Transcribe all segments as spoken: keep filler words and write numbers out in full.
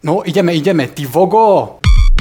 No, ideme, ideme, ty vogo!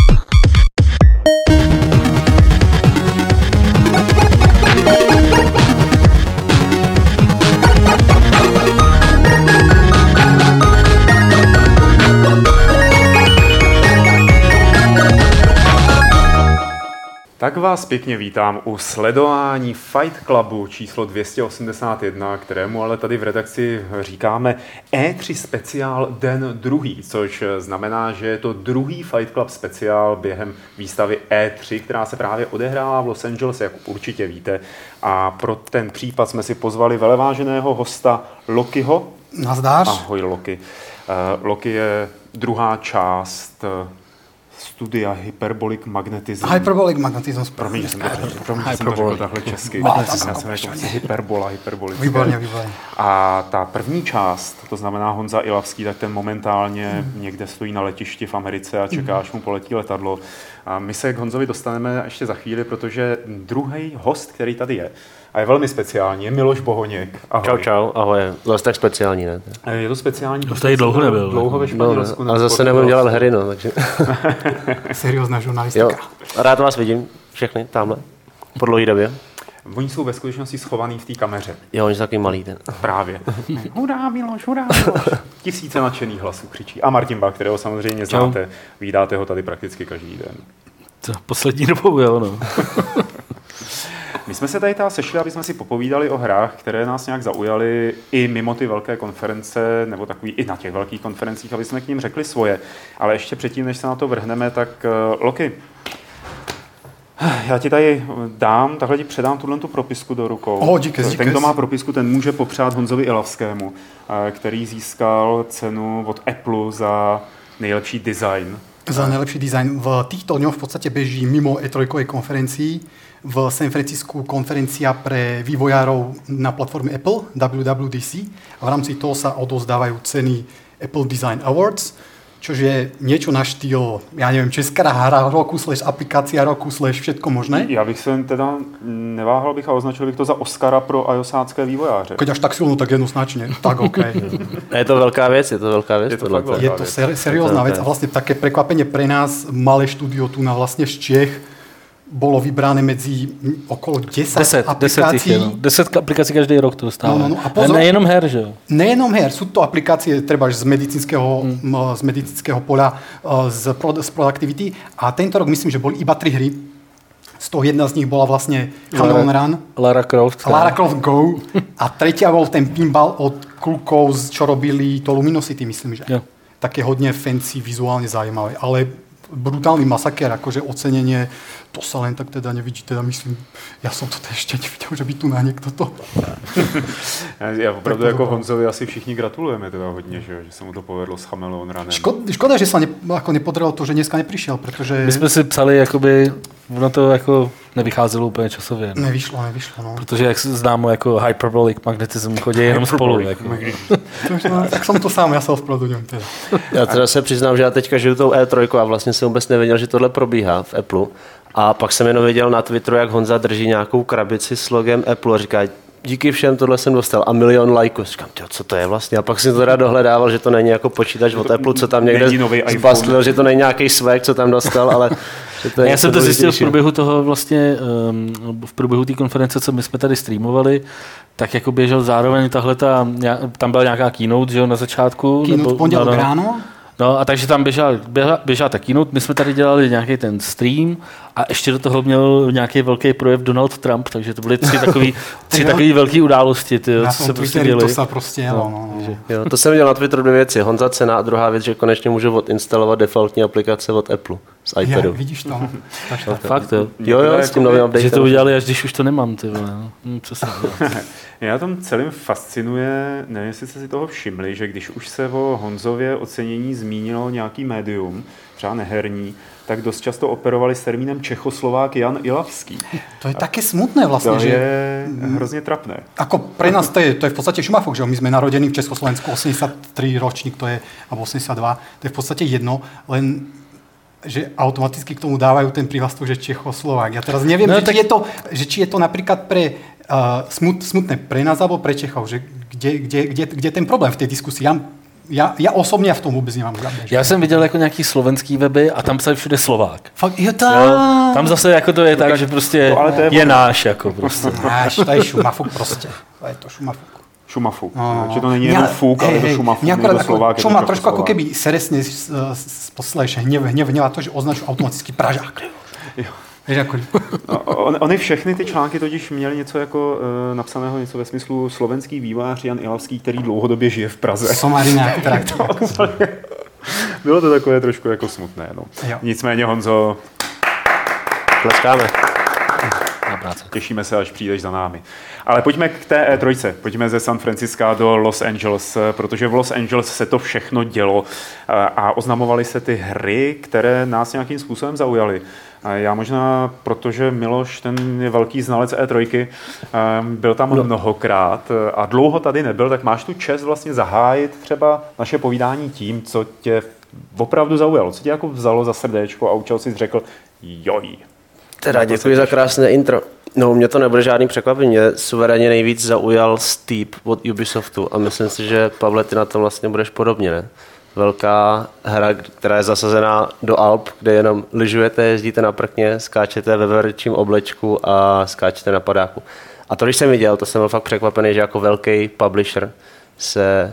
Tak vás pěkně vítám u sledování Fight Clubu číslo dvě stě osmdesát jedna, kterému ale tady v redakci říkáme E tři speciál den druhý, což znamená, že je to druhý Fight Club speciál během výstavy E tři, která se právě odehrála v Los Angeles, jak určitě víte. A pro ten případ jsme si pozvali veleváženého hosta Lokiho. Nazdáš? Ahoj Loki. Uh, Loki je druhá část studia Hyperbolic Magnetism. Hyperbolic Magnetism. Promiň, že jsem to řekl, promiň, že jsem to řekl takhle česky. Já jsem řekl hyperbola, hyperbolické. Výborně, výborně. A ta první část, to znamená Honza Ilavský, tak ten momentálně mm. někde stojí na letišti v Americe a čeká, až mu poletí letadlo. A my se k Honzovi dostaneme ještě za chvíli, protože druhý host, který tady je, a je velmi speciální, je Miloš Bohoněk. Ahoj. Čau, čau, ahoj. Zase tak speciální, ne? Je to speciální. To tady dlouho nebyl. Dlouho ve Španělsku. No, ale zase nebudem dělat hry, no, takže... Seriózná žurnalistika. Jo, rád vás vidím, všechny, tamhle, po dlouhý době. Oni jsou ve skutečnosti schovaný v té kameře. Jo, oni jsou takový malý ten. Právě. Hurá, Miloš, hurá, Miloš. Tisíce nadšených hlasů křičí. A Martin Bach, kterého samozřejmě znáte, vídáte ho tady prakticky každý den. To poslední dobou, jo, no. My jsme se tady tady sešli, aby jsme si popovídali o hrách, které nás nějak zaujaly i mimo ty velké konference, nebo takový i na těch velkých konferencích, aby jsme k ním řekli svoje. Ale ještě předtím, než se na to vrhneme, tak uh, Loki, já ti tady dám, takhle ti předám tuhle tu propisku do rukou. Oh, díky, díky. Ten, kdo má propisku, ten může popřát Honzovi Ilavskému, uh, který získal cenu od Apple za nejlepší design. Za nejlepší design. V týchto dňoch v podstate beží mimo E tři konferencii v San Francisku konferencia pre vývojárov na platforme Apple, W W D C, a v rámci toho sa odozdávajú ceny Apple Design Awards, čo je niečo na štýl, ja neviem, česká hra roku, slash aplikácia roku, slash všetko možné. Já bych se teda neváhal bych a označil bych to za Oscara pro iOSácké vývojáře. Keď až tak silno, tak jednoznačne. Tak OK. Je to velká věc, je to velká věc. Je to, fakt velká je to ser- seriózna vec a vlastne také prekvapenie pre nás, malé štúdio tu na vlastne z Čech, bolo vybrané medzi okolo desať aplikácií. deset aplikácií každý rok to dostáva. No, no, no. A pozor, nejenom her, že jo? Nejenom her, sú to aplikácie treba z medicínskeho, hmm. z medicínskeho poľa, z, z productivity. A tento rok myslím, že boli iba tri hry. Z toho jedna z nich bola vlastne Halo Run. Lara Croft. Lara Croft Go. A tretia bol ten pinball od klukov, čo robili to Luminosity, myslím, že. Jo. Také hodne fancy, vizuálne zaujímavé. Ale brutálny masakér, akože ocenenie, to sa len tak teda nevidí, teda myslím, ja som to ešte nevidel, že by tu na niekto to... Já, já opravdu jako Honzovi asi všichni gratulujeme teda hodně, že, že se mu to povedlo s Chameleon Runem. Škoda, škoda, že sa ne, ako nepodarilo to, že dneska neprišiel, protože... My jsme si psali, jakoby, ono to jako nevycházelo úplně časově. No. Nevyšlo, nevyšlo, no. Protože jak známo, jako Hyperbolic Magnetism chodí jenom spolu. Jako. Tak som to sám, ja sa ospravedlňujem teda. Já teda se přiznám, že já teďka žiju tou E tři a vlastně jsem vůbec nevěděl, že tohle probíhá v Apple. A pak jsem jenom viděl na Twitteru, jak Honza drží nějakou krabici s logem Apple a říká, díky všem, tohle jsem dostal a milion lajků. Říkám, tyjo, co to je vlastně? A pak jsem to teda dohledával, že to není jako počítač od Apple, co tam někde zbastlil, že to není nějaký swag, co tam dostal, ale... Že to je já jsem to zjistil v průběhu toho vlastně, um, v průběhu té konference, co my jsme tady streamovali, tak jako běžel zároveň tahle ta, tam byla nějaká keynote, že jo, na začátku. Keynote v pondělek ráno? No a takže tam běžela, běžela, běžela ta keynote, my jsme tady dělali nějaký ten stream a ještě do toho měl nějaký velký projev Donald Trump, takže to byly tři takový, tři takový velký události, ty, co se prostě děli. To se prostě jelo, no, no. Jo, to jsem viděl na Twitteru dvě věci, Honza cena a druhá věc, že konečně můžu odinstalovat defaultní aplikace od Apple z iPadu. Ja, vidíš to. Tak, tak, fakt jo. Jo, jo, s tím novým updatem. Že to udělali, až když už to nemám, ty vole. Hm, co se Já tom celým fascinuje, nevím, jestli jste si toho všimli, že když už se o Honzově ocenění zmínilo nějaký médium, třeba neherní, tak dost často operovali s termínem Čechoslovák Jan Ilavský. To je také smutné vlastně, to že... To je hrozně trapné. Ako pre nás to je, to je v podstate šumafok, že my sme narodení v Československu, osemdesiattri ročník to je, alebo osemdesiatdva, to je v podstate jedno, len že automaticky k tomu dávajú ten prívlastok, že Čechoslovák. Ja teraz neviem, no, že, tak... či je to, že či je to napríklad pre uh, smut, smutné pre nás alebo pre Čechov, že kde, kde, kde, kde ten problém v tej diskusii. Ja Já, já osobně v tom vůbec nemám žádné. Já jsem viděl jako nějaký slovenský weby a tam psali všude Slovák. Fakt, jo, tak. Jo, tam zase jako to je tak, že prostě to, to je, je náš jako prostě. Náš, to je šumafuk prostě. To je to šumafuk. Šumafuk. No. Že to není jenom fuk, ale je to šumafuk, mě to Slovák. Čo má trošku jako keby seresne posleš hněv, hněv, hněv, a to, že označují automaticky Pražák. Jo. Jako... No, on, oni všechny ty články totiž měly něco jako uh, napsaného, něco ve smyslu slovenský vývojář Jan Ilavský, který dlouhodobě žije v Praze. Somarina, tak. Bylo to takové trošku jako smutné. No. Nicméně, Honzo, tleskáme. Těšíme se, až přijdeš za námi. Ale pojďme k té E tři. Pojďme ze San Francisca do Los Angeles, protože v Los Angeles se to všechno dělo a oznamovaly se ty hry, které nás nějakým způsobem zaujaly. Já možná, protože Miloš, ten je velký znalec E tři, byl tam no. mnohokrát a dlouho tady nebyl, tak máš tu čest vlastně zahájit třeba naše povídání tím, co tě opravdu zaujalo, co tě jako vzalo za srdéčko a učil jsi řekl joj. Teda děkuji za krásné intro. No, mě to nebude žádný překvapení. Mě suverénně nejvíc zaujal Steep od Ubisoftu a myslím si, že Pavle, ty na tom vlastně budeš podobně, ne? Velká hra, která je zasazená do Alp, kde jenom lyžujete, jezdíte na prkně, skáčete ve verčím oblečku a skáčete na padáku. A to, když jsem viděl, to jsem byl fakt překvapený, že jako velký publisher se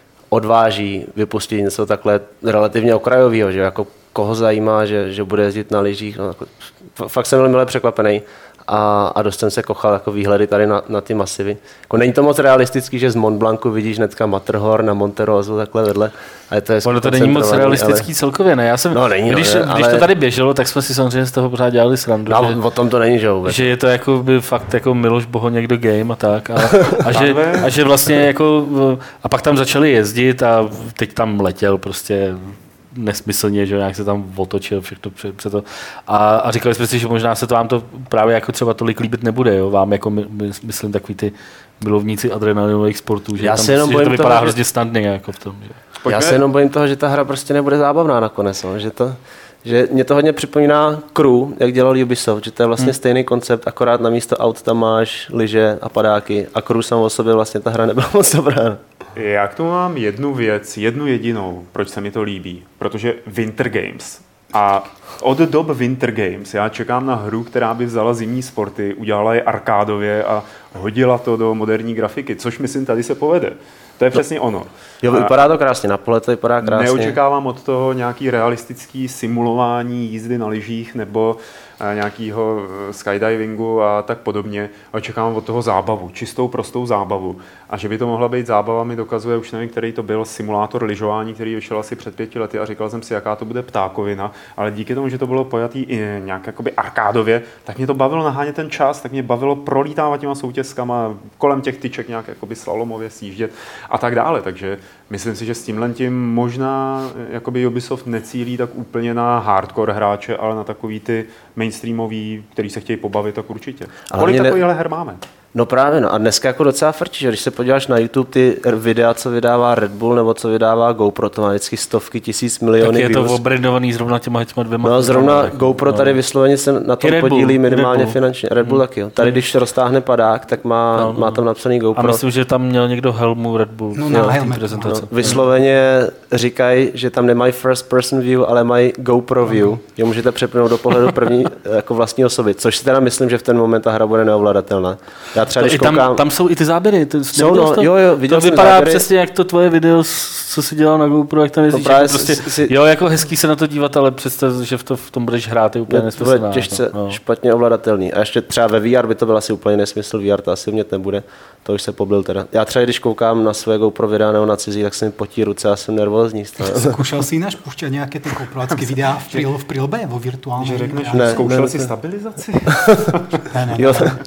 odváží vypustit něco takhle relativně okrajového, že jako koho zajímá, že, že bude jezdit na lyžích. No, jako, fakt jsem byl milé překvapený a, a dost jsem se kochal jako výhledy tady na, na ty masivy. Jako, není to moc realistický, že z Mont Blancu vidíš hnedka Matterhorn na Monte Rosu takhle vedle. Ale to, je ono to není moc realistický ale... celkově, ne? Já jsem, no, není, když, no, ale... když to tady běželo, tak jsme si samozřejmě z toho pořád dělali srandu. No, že, o tom to není, že vůbec. Že je to jako by fakt jako Miloš Boho někdo game a tak. A, a, že, a že vlastně jako, a pak tam začali jezdit a teď tam letěl prostě nesmyslně, že nějak se tam otočil všechno před to. A, a říkali jsme si, že možná se to vám to právě jako třeba tolik líbit nebude, jo? Vám jako my, my, myslím takový ty milovníci adrenalinových sportů, že, Já tam, se jenom že to vypadá toho, hrozně snadný jako v tom. Že. Já se jenom bojím toho, že ta hra prostě nebude zábavná nakonec, no? že to že mě to hodně připomíná Crew, jak dělal Ubisoft, že to je vlastně hmm. stejný koncept, akorát na místo aut tam máš lyže a padáky a Crew sam o sobě vlastně ta hra nebyla moc dobrá. Já k tomu mám jednu věc, jednu jedinou, proč se mi to líbí, protože Winter Games. A od dob Winter Games já čekám na hru, která by vzala zimní sporty, udělala je arkádově a hodila to do moderní grafiky, což myslím tady se povede. To je přesně ono. Jo, vypadá to krásně, na pole to vypadá krásně. Neočekávám od toho nějaký realistický simulování jízdy na lyžích nebo nějakého skydivingu a tak podobně. Očekávám od toho zábavu, čistou, prostou zábavu. A že by to mohla být zábava, mi dokazuje, už nevím, který to byl, simulátor lyžování, který vyšel asi před pěti lety a říkal jsem si, jaká to bude ptákovina. Ale díky tomu, že to bylo pojatý i nějak jakoby arkádově, tak mě to bavilo nahánět ten čas, tak mě bavilo prolítávat těma soutězkama, kolem těch tyček nějak jakoby slalomově sjíždět a tak dále. Takže myslím si, že s tímhle tím možná jakoby Ubisoft necílí tak úplně na hardcore hráče, ale na takový ty mainstreamový, který se chtějí pobavit, tak určitě. Ale kolik takovýchhle her máme? No právě, no a dneska jako docela frčí, že když se podíváš na YouTube ty videa, co vydává Red Bull nebo co vydává GoPro, to má vždycky stovky, tisíc, miliony views. Tak je views. to obrandovaný zrovna těma, těma dvěma. No zrovna tak, GoPro no. Tady vysloveně se na tom podílí minimálně Red finančně. Red Bull hmm. taky, jo. Tady když se roztáhne padák, tak má, no, no. má tam napsaný GoPro. A myslím, že tam měl někdo helmu Red Bull. No, no, helmu. No, vysloveně říkají, že tam nemají first person view, ale mají GoPro view. No. Jo, můžete přepnout do pohledu první jako vlastní osoby, což si teda myslím, že v ten moment ta hra bude neovladatelná. Já třeba když koukám, tam jsou i ty záběry. Ty, jsou, no, jo, jo, viděl to vypadá záběry. Přesně jak to tvoje video, co jsi dělal na GoPro, jak tam jezdíš. No jako prostě, si, jo, jako hezký se na to dívat, ale představ, že v, to, v tom budeš hrát, je úplně nesmyslná. To bude těžce no. špatně ovladatelný. A ještě třeba ve V R by to byl asi úplně nesmysl, V R to asi mět nebude. To už se poblil teda. Já třeba, když koukám na své GoPro videa nebo na cizí, tak se mi potí ruce a jsem nervózní. Zkoušel jsi jináš puštět nějaké ty GoProvacké videa v, přil, v prilbe, vo virtuálním? Že řekneš, ne, zkoušel ne, jsi stabilizaci? ne, ne, ne.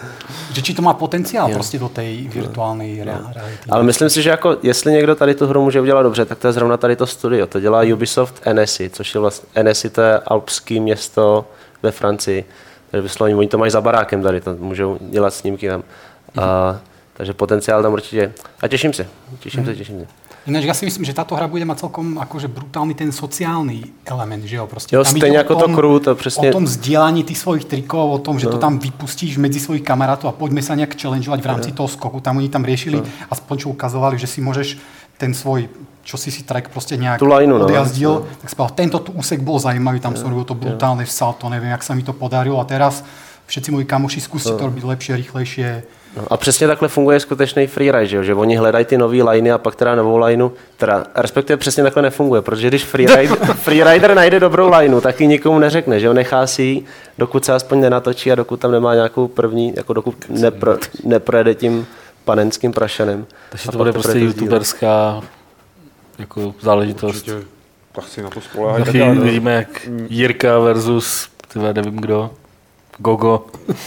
Že či to má potenciál jo. prostě do té virtuální no. reality. Ale myslím si, že jako, jestli někdo tady tu hru může udělat dobře, tak to je zrovna tady to studio. To dělá Ubisoft Annecy, což je vlastně Annecy, to je alpské město ve Francii. Takže vysloveně, oni to mají za barákem tady, to můžou dělat snímky tam. Mm. A, takže potenciál tam určitě je. A těším se, těším mm. se, těším se. Ináč ja si myslím, že táto hra bude mať celkom akože brutálny ten sociálny element, že jo? Proste, jo, stejne ako to Crew, to presne... O tom zdieľaní tých svojich trikov, o tom, že no. to tam vypustíš medzi svojich kamarátov a poďme sa nejak challengeovať v rámci no. toho skoku. Tam oni tam riešili, no. aspoň čo ukazovali, že si môžeš ten svoj čo si si track proste nejak lineu, odjazdil, no. tak spal, tento tu úsek bol zaujímavý, tam som robil to brutálne salto, neviem, jak sa mi to podarilo a teraz všetci moji kamoši skúsi to robiť lepšie, rýchlejšie. No a přesně takhle funguje skutečný freeride, že, že oni hledají ty nový liney a pak teda novou lineu, teda respektive přesně takhle nefunguje, protože když freerider, freerider najde dobrou lineu, tak ji nikomu neřekne, že on nechá si ji, dokud se aspoň nenatočí a dokud tam nemá nějakou první, jako dokud nepro, neprojede tím panenským prašanem. Takže to bude prostě youtuberská jako záležitost. Určitě, tak si na to spoléhají. Taky vidíme, jak Jirka versus, tyhle, nevím kdo, Gogo.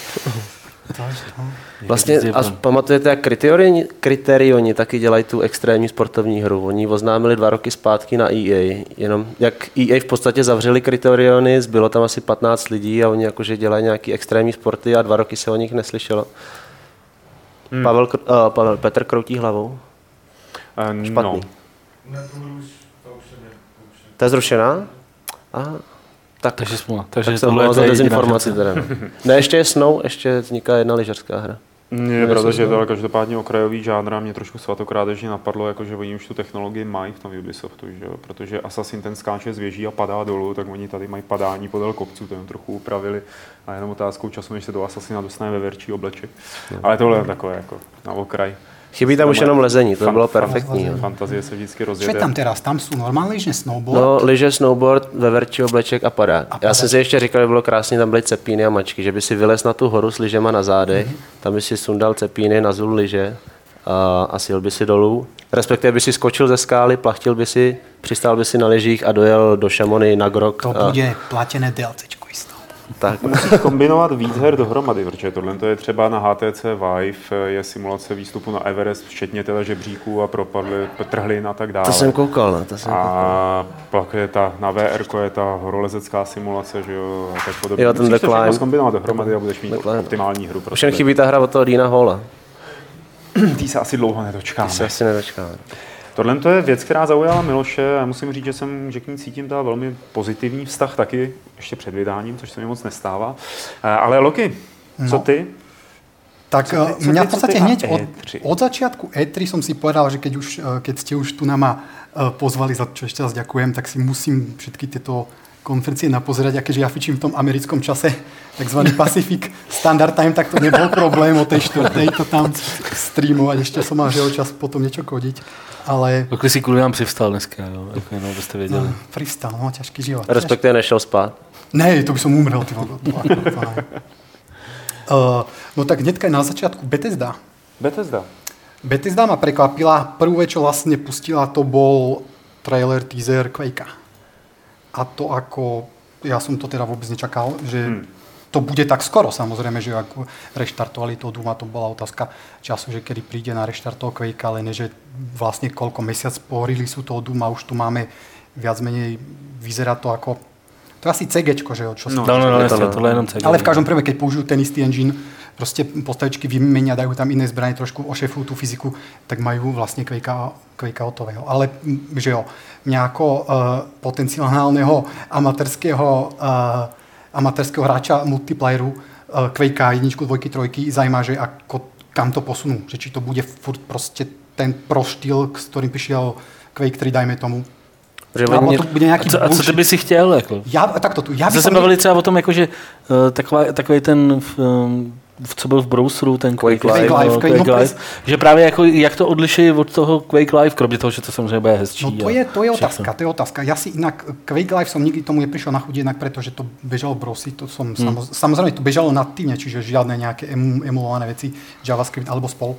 Vlastně, a pamatujete, jak Criterioni, Criterioni taky dělají tu extrémní sportovní hru. Oni oznámili dva roky zpátky na E A. Jenom jak E A v podstatě zavřeli Criteriony, zbylo tam asi patnáct lidí a oni jakože dělají nějaký extrémní sporty a dva roky se o nich neslyšelo. Hmm. Pavel, uh, Pavel, Petr kroutí hlavou. Uh, Špatný. No. To je zrušená? Aha. Tak, takže smůla. Takže tak jsem mal za dezinformaci teda. Ne, ještě je Snow, ještě vzniká jedna lyžařská hra. Je pravda, že je to každopádně okrajový žánr a mě trošku svatokrádežně napadlo, jako, že oni už tu technologii mají v tom Ubisoftu, že? Protože Assassin ten skáče z věží a padá dolů, tak oni tady mají padání podél kopců, to jen trochu upravili a jenom otázkou času, než se do Assassina dostane ve verčí obleček. No. Ale tohle je takové jako na okraj. Chybí tam už jenom lezení, to by bylo perfektní. Fan, fantazie se vždycky rozjede. Čo je tam teraz? Tam sú normálne lyže, snowboard? No, lyže, snowboard, veverčí obleček a padák. A Já jsem si ještě říkal, že bylo krásně, tam byly cepíny a mačky, že by si vylez na tu horu s lyžema na zádech, mm-hmm. tam by si sundal cepíny, nazul lyže a, a sjel by si dolů. Respektive by si skočil ze skály, plachtil by si, přistál by si na lyžích a dojel do Šamony na Grok. To a... bude platené DLCčko isto. Tak. Musíš kombinovat víc her dohromady, protože tohle to je třeba na H T C Vive, je simulace výstupu na Everest, včetně teda žebříků a propadly, trhlin a tak dále. To jsem koukal, ne? To jsem a koukal. pak je ta, na V R je ta horolezecká simulace, že jo, a tak podobně. Jo, ten Musíš to všechno Climb. zkombinovat dohromady a budeš mít The optimální hru. Už jen chybí ta hra od toho Deana Halla. Tý se asi dlouho nedočkáme. Ty se asi nedočkáme. Tohle to je věc, která zaujala Miloše a musím říct, že jsem, že k ní cítím ta velmi pozitivní vztah taky ještě před vydáním, což se mi moc nestává. Ale Loki, co ty? Tak co ty, co mňa ty, v podstate ty hneď od, E tři? od začiatku E tri som si povedal, že keď, už, keď ste už tu na ma pozvali, za čo ešte raz ďakujem, tak si musím všetky tieto konferencie napozerať, akéže ja fičím v tom americkom čase, takzvaný Pacific Standard Time, tak to nebol problém o tej štvrtej to tam streamovať, ešte som mal žel čas potom niečo kodiť, ale... Pokud si kvůli nám přivstal dneska, jo, jako jenom byste věděli. No, přivstal, no, ťažký život. Respektive nešel spát. Ne, to by som umrel, ty vole, to, to, to, to Uh, no tak hnedka na začiatku Bethesda. Bethesda. Bethesda ma prekvapila. Prvú vec, čo vlastne pustila, to bol trailer, teaser Quakea. A to ako... Ja som to teda vôbec nečakal, že hmm. to bude tak skoro, samozrejme, že ako reštartovali to Doom, to bola otázka času, že kedy príde na reštart toho Quakea, ale ne, že vlastne koľko mesiac po releaseu toho Doom a už tu máme viac menej, vyzerá to ako... To je asi CGčko, že jo? Čo no, no, no, no, to, tohle je jenom C G. Ale v každom prípade, keď použijú ten istý engine, proste postavičky vymenia, dajú tam iné zbranie, trošku ošefujú tú fyziku, tak majú vlastne Quakea, Quakea hotového. Ale, že jo, mňa ako uh, potenciálneho amatérského, uh, amatérského hráča multiplayeru uh, Quakea jedničku, dvojky, trojky zajímá, že ako, kam to posunú. Že či to bude furt proste ten pro štýl, s ktorým prišiel Quake tri, dajme tomu. Že no, to bude nějaký a, co, a co ty by si chtěl? Jako? Já, tak to tu. Já Zase se bavili třeba o tom, jako, že uh, taková, takový ten, um, co byl v browseru, ten Quake, Quake Live, Live, no, Quake Quake no, Live, že právě jako, jak to odliší od toho Quake Live, kromě toho, že to samozřejmě bude hezčí. No to je, to je otázka, to je otázka. Ja si inak, Quake Live som nikdy tomu neprišiel na chuť, jednak preto, že to bežalo v browsi, to som, hmm. samozrejme, samozrejme to bežalo natívne, čiže žiadne nejaké emulované veci, JavaScript alebo spol.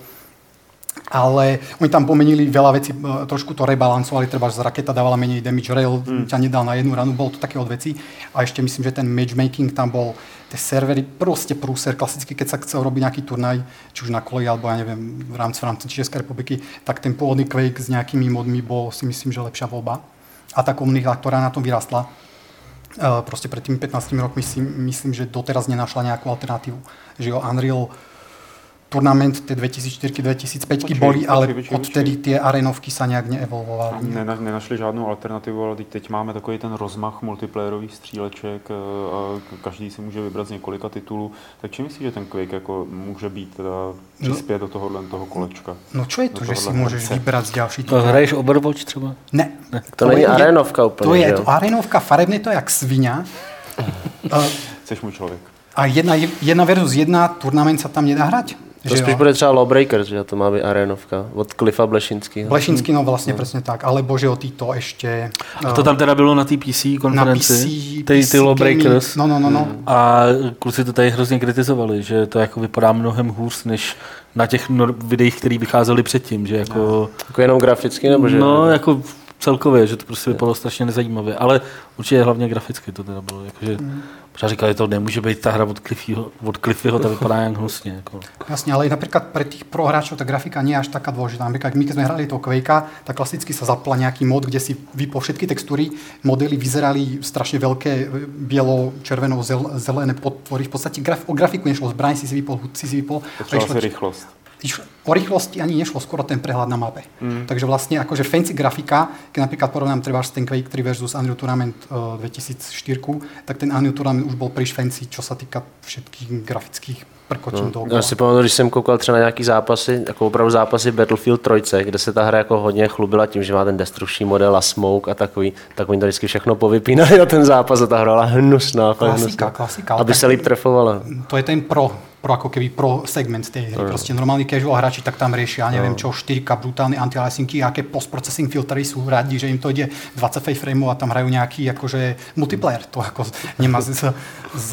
Ale oni tam pomenili veľa vecí, trošku to rebalancovali, treba, že z raketa dávala menej damage, rail mm. ťa nedal na jednu ranu, bolo to také od veci. A ešte myslím, že ten matchmaking tam bol, tie servery, proste prúser, klasicky, keď sa chcel robiť nejaký turnaj, či už na koleji, alebo ja neviem, v rámci, v rámci Českej republiky, tak ten pôvodný Quake s nejakými modmi bol, si myslím, že lepšia voľba. A tá komunita, ktorá na tom vyrastla, proste pred tými pätnástimi rokmi si myslím, že doteraz nenašla nejakú alternatívu. Že jo, Unreal turnament tie dvetisícštyri dvetisícpäť boli, ale odtedy tie arenovky sa nejak neevolvovali. Nena, nenašli žádnou alternativu, ale teď máme takový ten rozmach multiplayerových stříleček a každý si může vybrat z několika titulů. Tak či myslíš, že ten Quake jako může být teda přispět no, do tohohle toho kolečka? No čo je to, že si môžeš vybrať z ďalších titulů? Hraješ Overwatch třeba? Ne. ne. To, to není arenovka úplně. To je to arenovka farebné, to je jak sviňa. Jseš můj člověk. A jedna, jedna versus jedna turnament sa tam nedá hrať? To spíš bude třeba Lawbreakers, že to má být arenovka od Cliffa Blešinského. Blešinský, no vlastně no. Přesně tak, alebo že o týto ještě... A to tam teda bylo na té P C konferenci? Na P C, ty, ty Lawbreakers. No, no, no, no. A kluci to tady hrozně kritizovali, že to jako vypadá mnohem hůř, než na těch videích, které vycházely předtím, že jako... No. Jako jenom graficky, nebo že... No, jako celkově, že to prostě vypadalo strašně nezajímavě, ale určitě hlavně graficky to teda bylo, jakože... Mm. Pořád říkali, že to nemůže být ta hra od Cliffyho, od Cliffyho to vypadá jak hnusně. Jako. Jasně, ale například pro těch pro hráčov ta grafika nie je až taká dôležitá. Například my, když jsme hrali toho Quakea, tak klasicky sa zapla nějaký mod, kde si vypol všetky textury, modely vyzerali strašně velké, bielo, červeno, zel, zelené podpory. V podstatě graf, o grafiku nešlo, zbraň si si vypol, hud si si vypol. Potřeboval si rychlost. O rýchlosti ani nešlo, skoro ten prehľad na mape. Mm. Takže vlastne akože fancy grafika, keď napríklad porovnám trebárs ten Quake tri versus Unreal Tournament uh, dvetisícštyri, tak ten Unreal Tournament už bol príliš fancy, čo sa týka všetkých grafických prkočím no, já si pamatuju, když jsem koukal třeba na nějaký zápasy, jako opravdu zápasy Battlefield tři, kde se ta hra jako hodně chlubila tím, že má ten destrukční model a smoke a takový, tak oni to vždycky všechno povypínali na ten zápas a ta hra byla hnusná. Klasika, hnusná. klasika. Aby se líp trefovala. To je ten pro, pro ako keby pro segment tej hry. Proste normálni casual hráči tak tam riešia, ja neviem čo, štyri ká brutálne anti-aliasingy, aké post-processing filtry sú radi, že im to ide dvadsaťpäť frameov a tam hrajú nejaký akože multiplayer. To ako nemá z, z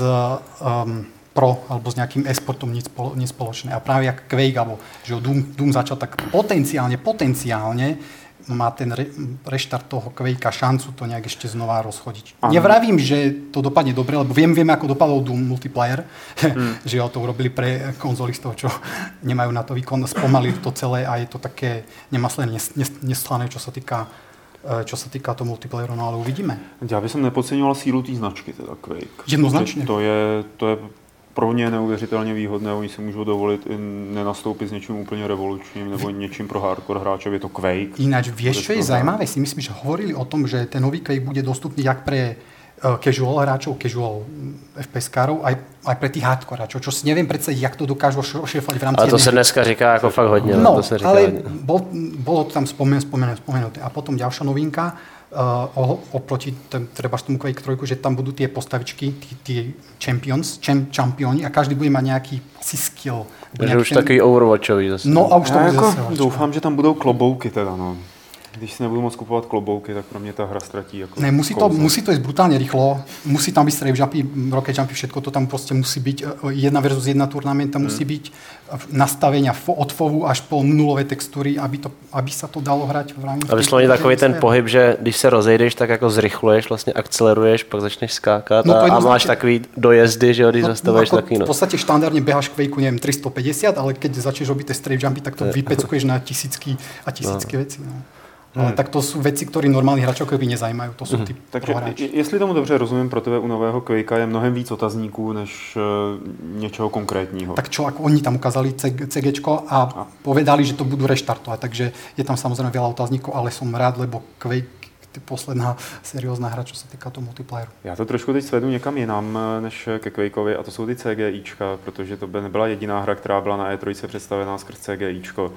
um, pro alebo s nejakým e-sportom nic, nic spoločné. A práve jak Quake, alebo že Doom, Doom začal tak potenciálne, potenciálne má ten re, reštart toho Quakea šancu to nejak ešte znova rozchodiť. Aha. Nevravím, že to dopadne dobre, lebo viem, vieme, ako dopadol Doom multiplayer, hmm. že to urobili pre konzolistov, čo nemajú na to výkon, spomalili to celé a je to také nemyslené, neslané, čo sa týka čo sa týka toho multiplayeru, no ale uvidíme. Já bych nepodceňoval sílu té značky, teda Quake. Jednoznačně. To je, to je pro ně neuvěřitelně výhodné, oni si můžou dovolit i nenastoupit s něčím úplně revolučním nebo něčím pro hardcore hráčov, je to Quake. Ináč, vieš, čo je zaujímavé, si myslím, že hovorili o tom, že ten nový Quake bude dostupný jak pre uh, casual hráčov, casual ef pé eskárov, aj, aj pre tých hardcore hráčov, čo si neviem predstaviť, jak to dokážu šéfovať v rámci... Ale to se dneska říká jako fakt hodně. No, to se říká ale hodně. Bol, bolo to tam spomen, spomen, spomenuté. A potom ďalšia novinka, Uh, oproti treba tomu Quake tri, že tam budú tie postavičky, tí champions, čem, čampioni a každý bude mať nejaký si skill. Takže už ten... takový Overwatchový zase. No a už to bude jako zase. Doufám, že tam budou klobouky teda, no. Když si nebudu moc kupovat klobouky, tak pro mě ta hra ztratí jako ne, musí to, musí to ísť brutálne rýchlo, musí tam byť straight jumpy, rocket jumpy, všetko to tam proste musí byť, jedna versus jedna turnamenta hmm. musí byť nastavenia od fovu až po nulové textury, aby, to, aby sa to dalo hrať v rámci. A vyslovně takový ten pohyb, že když se rozejdeš, tak jako zrychluješ, vlastně akceleruješ, pak začneš skákat no a, a máš takový dojezdy, že jo, když no, zastavuješ no, takový. No. V podstate štandardne behaš v Quakeu, neviem, tristopäťdesiat, ale keď začneš robiť tie straight jumpy, tak to vypeckuješ na tisícky a tisícky no. veci. No. Ale hmm. tak to jsou věci, které normální hráčov by nezajímají, to jsou ty hmm. prohráči. Jestli tomu dobře rozumím, pro tebe u nového Quakea je mnohem víc otazníků než uh, něčeho konkrétního. Tak čo, ako oni tam ukázali CGčko a, a povedali, že to budú reštartovať, takže je tam samozrejme veľa otázníkov, ale som rád, lebo Quake posledná seriózna hra, čo sa týka toho multiplayeru. Já to trošku teď svedu někam jinam než ke Quakeovi a to jsou ty CGIčka, protože to by nebyla jediná hra, která byla na E tři představená skrz CGIčko.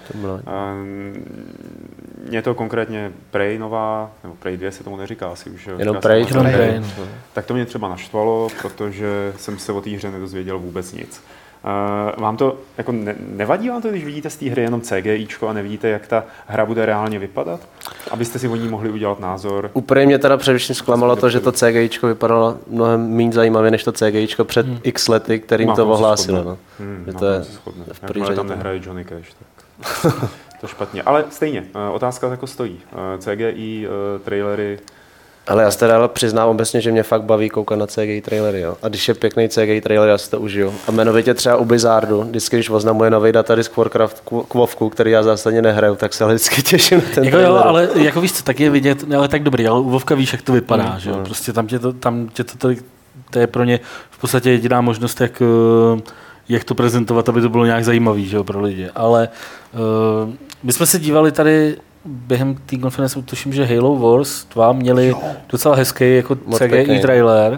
Je to konkrétně Prey nová, nebo Prey dva se tomu neříká asi už. Jenom Prey. Prey. Prey. Tak to mě třeba naštvalo, protože jsem se o té hře nedozvěděl vůbec nic. Uh, vám to, jako ne, nevadí vám to, když vidíte z té hry jenom CGIčko a nevidíte, jak ta hra bude reálně vypadat? Abyste si o ní mohli udělat názor. Úplně mě teda především zklamalo to, že to CGIčko vypadalo mnohem méně zajímavě než to CGIčko před hmm. x lety, kterým to ohlásilo. No. Hmm, že to je v první tam nehraje Johnny Cash, tak to špatně. Ale stejně, uh, otázka jako stojí. Uh, C G I, uh, trailery. Ale já se teda přiznám obecně, že mě fakt baví koukat na C G I trailery, jo. A když je pěkný C G I trailer, já si to užiju. A jmenovitě třeba u Blizzardu, vždycky, když oznamuje nový datadisk Warcraft Kvovku, který já zásadně nehraju, tak se vždycky těším na ten jako trailer. Jo, ale jako víš co, tak je vidět, ale tak dobrý, ale u Vovka víš, jak to vypadá, mm, že jo. Mm. Prostě tam tě to, tam tě to, to, to je pro ně v podstatě jediná možnost, jak jak to prezentovat, aby to bylo nějak zajímavý, že jo, pro lidi. Ale uh, my jsme se dívali tady během té konference, tuším, že Halo Wars dva měli jo. docela hezký jako C G I trailer,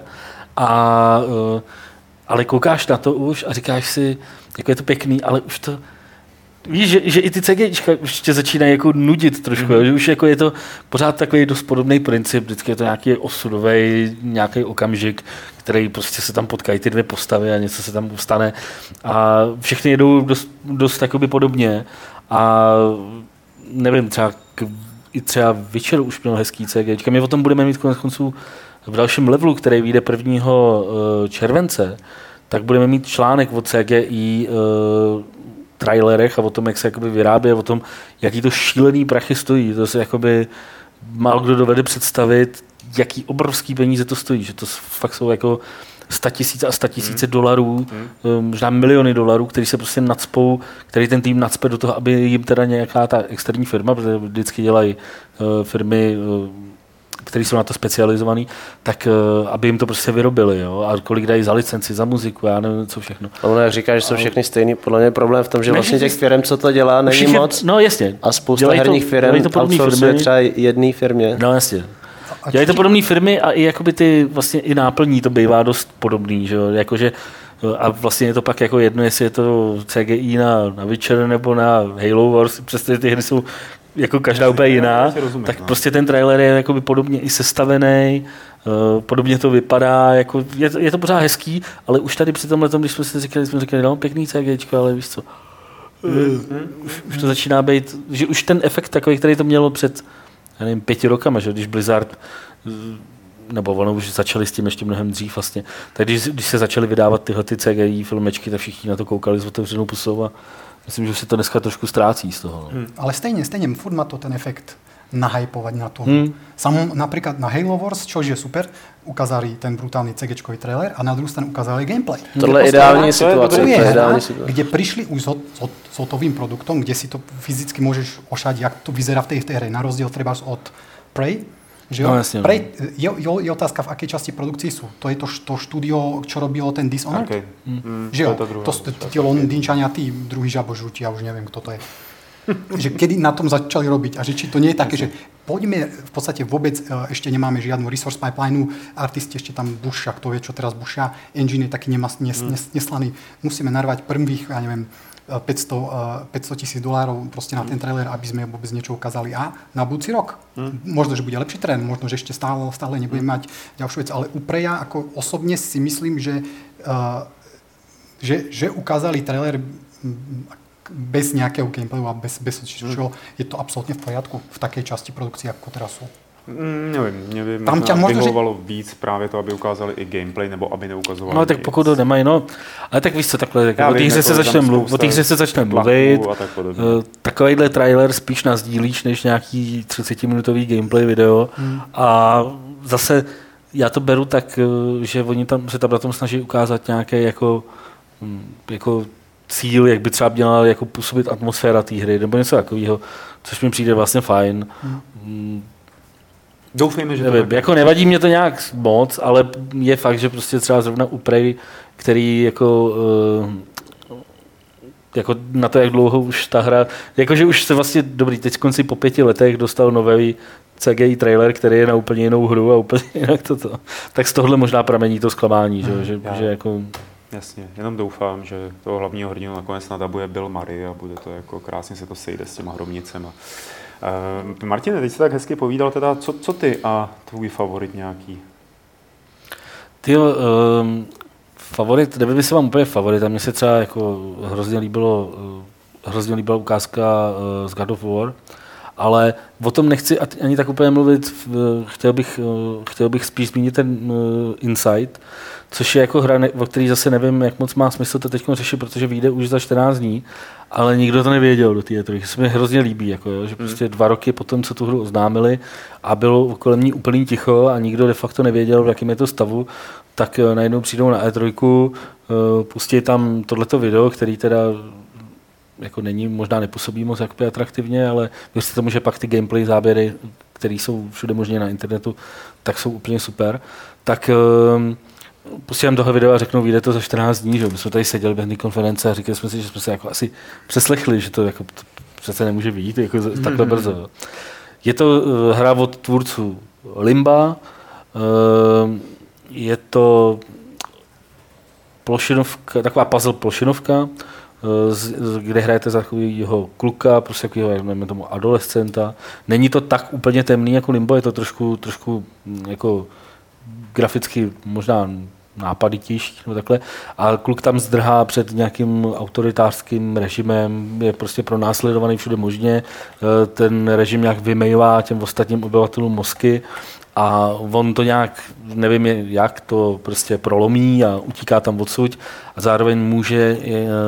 a, uh, ale koukáš na to už a říkáš si, jako je to pěkný, ale už to víš, že, že i ty CGIčka už tě začínají jako nudit trošku, mm. že už jako je to pořád takový dost podobný princip, vždycky je to nějaký osudový, nějaký okamžik, který prostě se tam potkají ty dvě postavy a něco se tam stane a všechny jedou dost, dost takoby podobně a nevím, třeba k, i třeba Witcher už měl hezký CGIčka, my o tom budeme mít konec konců v dalším levelu, který vyjde prvního července, tak budeme mít článek o C G I uh, trailerech a o tom, jak se jakoby vyrábí, o tom, jaký to šílený prachy stojí. To se jakoby málo kdo dovede představit, jaký obrovský peníze to stojí. Že to fakt jsou jako statisíce a statisíce hmm. dolarů, hmm. možná miliony dolarů, který se prostě nacpou, který ten tým nacpe do toho, aby jim teda nějaká ta externí firma, protože vždycky dělají uh, firmy uh, který jsou na to specializovaný, tak uh, aby jim to prostě vyrobili, jo? A kolik dají za licenci, za muziku, já nevím, co všechno. A ono, jak říká, že jsou všechny stejný, podle mě problém v tom, že vlastně těch firm, co to dělá, není všichni, moc. No jasně. A spousta herních firm outsourcuje třeba jedné firmě. No jasně. Dělají to podobné firmy a i jakoby ty vlastně i náplní to bývá dost podobný, že jo? Jakože a vlastně je to pak jako jedno, jestli je to C G I na, na Witcher nebo na Halo Wars, přestože ty hry jsou jako každá úplně jiná, rozumím, tak no. prostě ten trailer je jakoby podobně i sestavený, uh, podobně to vypadá, jako je, to, je to pořád hezký, ale už tady při tomhle tom, když jsme si říkali, jsme říkali, no pěkný CGčko, ale víš co, mm. už, už to začíná být, že už ten efekt takový, který to mělo před, já nevím, pěti rokama, že když Blizzard, nebo ono už začali s tím ještě mnohem dřív vlastně, tak když, když se začaly vydávat tyhle ty C G I filmečky, tak všichni na to koukali s otevřenou pusou a myslím, že se to dneska trošku ztrácí z toho. Hmm. Ale stejně, stejně, furt má to ten efekt nahypovať na to. Hmm. Sam napríklad na Halo Wars, čo je super, ukázali ten brutálny CGčkový trailer a na druhou stranu ukázali gameplay. Tohle je ideální situace. To je hra, kde prišli už s, s hotovým produktom, kde si to fyzicky môžeš ošať, jak to vyzerá v tej, tej hre, na rozdiel treba od Prey. Že no, jasne, Prey, je, je, je otázka, v akej časti produkcie sú. To je to, to štúdio, čo robilo ten Dishonored? Okay. Mm. Že jo, to, to, to tí Londýnčania, tí druhý žabožrúti, ja už neviem, kto to je. Že kedy na tom začali robiť a že či to nie je také, že poďme, v podstate vôbec ešte nemáme žiadnu resource pipeline, artisti ešte tam bušia, kto vie, čo teraz bušia, engine je taký nemas, nes, nes, neslaný, musíme narvať prvých, ja neviem, päťsto tisíc dolárov proste na ten trailer, aby sme vôbec niečo ukázali. A na budúci rok. Mm. Možno, že bude lepší trend, možno, že ešte stále, stále nebudeme mm. mať ďalšiu vec, ale u Preya ako osobne si myslím, že, uh, že, že ukázali trailer bez nejakého gameplayu a bez, bez čo, je to absolútne v poriadku v takej časti produkcie, ako teraz sú. Mm, nevím, mě by tam možná vyhovovalo že... víc právě to, aby ukázali i gameplay, nebo aby neukazovali. No tak pokud to nemají, no, ale tak víš co, takhle, o té hře se začne mluvit, o té hře se začne mluvit, uh, takovejhle trailer spíš nazdílíš, než nějaký třicetiminutový gameplay video hmm. a zase já to beru tak, že oni tam se tam na tom snaží ukázat nějaké jako, jako cíl, jak by třeba měla jako působit atmosféra té hry, nebo něco takového, což mi přijde vlastně fajn. Hmm. Doufejme, že nevím, to jako nevadí mě to nějak moc, ale je fakt, že prostě třeba zrovna u Prey, který jako, uh, jako na to, jak dlouho už ta hra, jakože už se vlastně, dobrý, teď konci po pěti letech dostal nový C G I trailer, který je na úplně jinou hru a úplně jinak toto. Tak z tohle možná pramení to zklamání, hmm, že, že jako... Jasně, jenom doufám, že toho hlavního hrdinu nakonec nadabuje Bill Murray a bude to jako krásně se to sejde s těma hromnicema. Uh, Martine, teď jsi tak hezky povídal teda, co, co ty a tvůj favorit nějaký? Ty um, favorit, nevím, jestli mám úplně favorit, a mně se třeba jako hrozně líbilo, uh, hrozně líbila ukázka uh, z God of War, ale o tom nechci ani tak úplně mluvit, chtěl bych, uh, chtěl bych spíš zmínit ten uh, Inside, což je jako hra, o který zase nevím, jak moc má smysl to teď řešit, protože vyjde už za čtrnáct dní, ale nikdo to nevěděl do té E tři. Se mi hrozně líbí, jako, jo, že prostě dva roky potom, co tu hru oznámili a bylo kolem ní úplný ticho a nikdo de facto nevěděl, v jakém je to stavu, tak najednou přijdou na E tři, pustí tam tohleto video, který teda jako není, možná nepůsobí moc jak atraktivně, ale věřte tomu, že pak ty gameplay záběry, které jsou všude možně na internetu, tak jsou úplně super. Tak pustím toho videa a řeknou, vyjde to za čtrnáct dní, že my jsme tady seděli během té konference a říkali jsme si, že jsme se jako asi přeslechli, že to jako to přece nemůže být jako mm-hmm. takhle brzo. Je to hra od tvůrců Limba, je to plošinovka, taková puzzle plošinovka, kde hrajete za takového kluka, prostě takového, nevím tomu, adolescenta. Není to tak úplně temný jako Limbo, je to trošku, trošku jako graficky možná nápaditější, no takhle, a kluk tam zdrhá před nějakým autoritářským režimem, je prostě pronásledovaný všude možně, ten režim nějak vymejvá těm ostatním obyvatelům mozky a on to nějak, nevím jak, to prostě prolomí a utíká tam odsud a zároveň může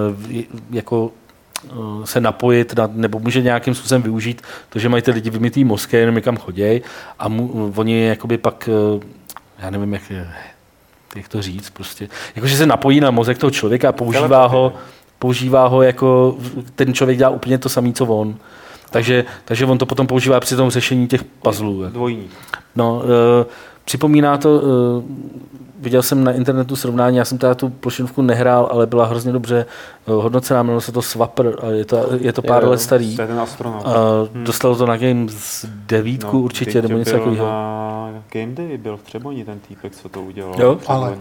jako se napojit na, nebo může nějakým způsobem využít to, že mají ty lidi vymytý mozky, jenom někam choděj a mu, oni jakoby pak, já nevím jak, jak to říct, prostě, jakože se napojí na mozek toho člověka a používá ho, používá ho jako, ten člověk dělá úplně to samé, co on. Takže, takže on to potom používá při tom řešení těch puzzlů. Dvojní. No, e, připomíná to, e, viděl jsem na internetu srovnání, já jsem teda tu plošinovku nehrál, ale byla hrozně dobře e, hodnocená, jmenovalo se to Swapper, a je to, je to pár je, let starý. To je ten astronaut. A hmm. Dostalo to na Games devítku no, určitě, nebo něco takového. Na Game Day byl v Třeboni ten týpek, co to udělal. Jo? Ale...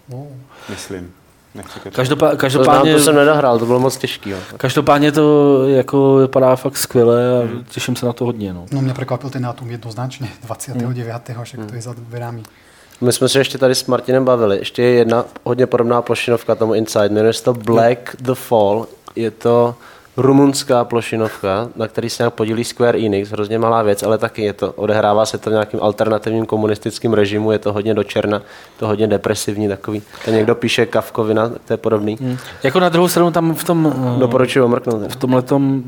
Myslím. Každopádně, každopádně, to jsem nedohrál, to bylo moc těžký. Jo. Každopádně to jako vypadá fakt skvěle a hmm. těším se na to hodně. No, no mě překvapil ten dátum jednoznačně, dvacátého devátého však hmm. to je za dverami. My jsme se ještě tady s Martinem bavili. Ještě je jedna hodně podobná plošinovka tomu Inside. Jmenuje se to Black the Fall. Je to rumunská plošinovka, na který se nějak podílí Square Enix, hrozně malá věc, ale taky je to, odehrává se to v nějakým alternativním komunistickým režimu, je to hodně do černa, to hodně depresivní takový. Ten někdo píše Kafkovina, to je podobný. Hmm. Jako na druhou stranu tam v tom... Doporučuji omrknout. V tomhletom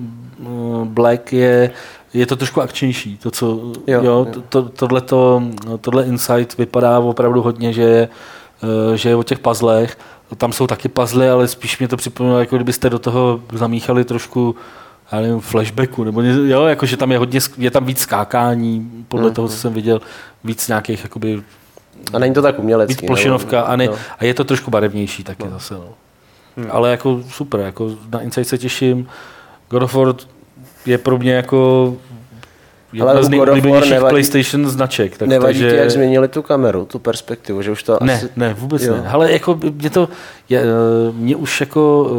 Black je, je to trošku akčnější. To, co, jo, jo, to, to, tohleto, tohle Insight vypadá opravdu hodně, že je, že je o těch puzzlech. Tam jsou taky puzzle, ale spíš mě to připomíná, jako kdybyste do toho zamíchali trošku, já nevím, flashbacku, nebo něco, jo, jakože tam je hodně, je tam víc skákání, podle mm, toho, co jsem viděl, víc nějakých, jakoby... A není to tak umělecký. Víc plošinovka a, ne, no. a je to trošku barevnější taky no. zase, no. Hmm. Ale jako super, jako na Insight se těším. God of War je pro mě jako jedna z nejoblíbenějších PlayStation značek. Tak nevadí takže... ti, jak změnili tu kameru, tu perspektivu, že už to ne, asi... Ne, vůbec jo. ne. Ale jako mě to, je, mě už jako,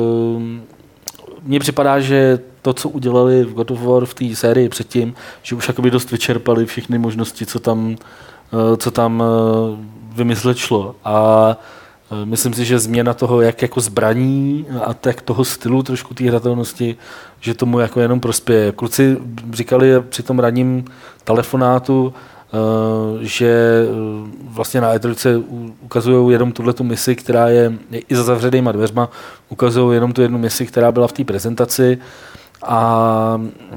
mně připadá, že to, co udělali v God of War v té sérii předtím, že už jakoby dost vyčerpali všechny možnosti, co tam, co tam vymyslet šlo. A myslím si, že změna toho, jak jako zbraní a tak toho stylu trošku té hratelnosti, že tomu jako jenom prospěje. Kluci říkali při tom ranním telefonátu, že vlastně na E tři ukazují jenom tuhletu misi, která je i za zavřenýma dveřma, ukazují jenom tu jednu misi, která byla v té prezentaci a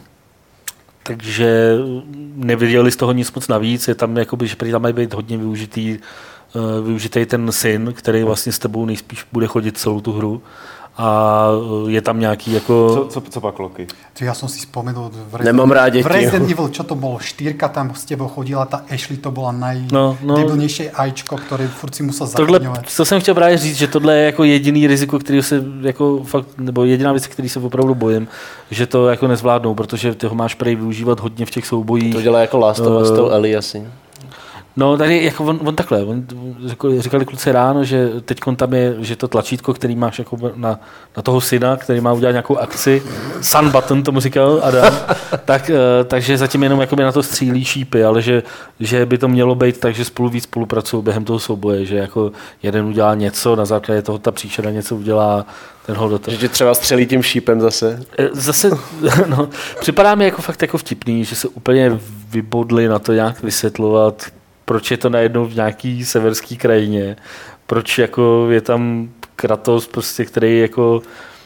takže neviděli z toho nic moc navíc, je tam jakoby, že tam mají být hodně využitý využitý ten syn, který vlastně s tebou nejspíš bude chodit celou tu hru a je tam nějaký jako... Co, co, co pak, Loki? Já jsem si vzpomenul v Nemám rád děti. V Resident Evil, čo to bylo? Štyrka tam s tebou chodila, ta Ashley to byla najdebilnější no, no. ajčko, který furt si musel zachraňovat. To jsem chtěl právě říct, že tohle je jako jediný riziko, který se jako fakt, nebo jediná věc, který se opravdu bojím, že to jako nezvládnou, protože ty ho máš prej využívat hodně v těch soubojích. To dělá jako Last of Us uh, tou Ellie asi. No tady jako on, on takhle, on, říkali, říkali kluci ráno, že teď tam je, že to tlačítko, který máš jako na, na toho syna, který má udělat nějakou akci, sun button tomu říkal Adam, tak, takže zatím jenom jakoby na to střílí šípy, ale že, že by to mělo být tak, že spolu víc spolupracují během toho souboje, že jako jeden udělá něco, na základě toho ta příšera něco udělá, ten ho do toho. Že tě třeba střelí tím šípem zase? Zase, no, připadá mi jako fakt jako vtipný, že se úplně vybodli na to nějak vysvětlovat, proč je to najednou v nějaký severský krajině, proč jako je tam Kratos, prostě, který jako,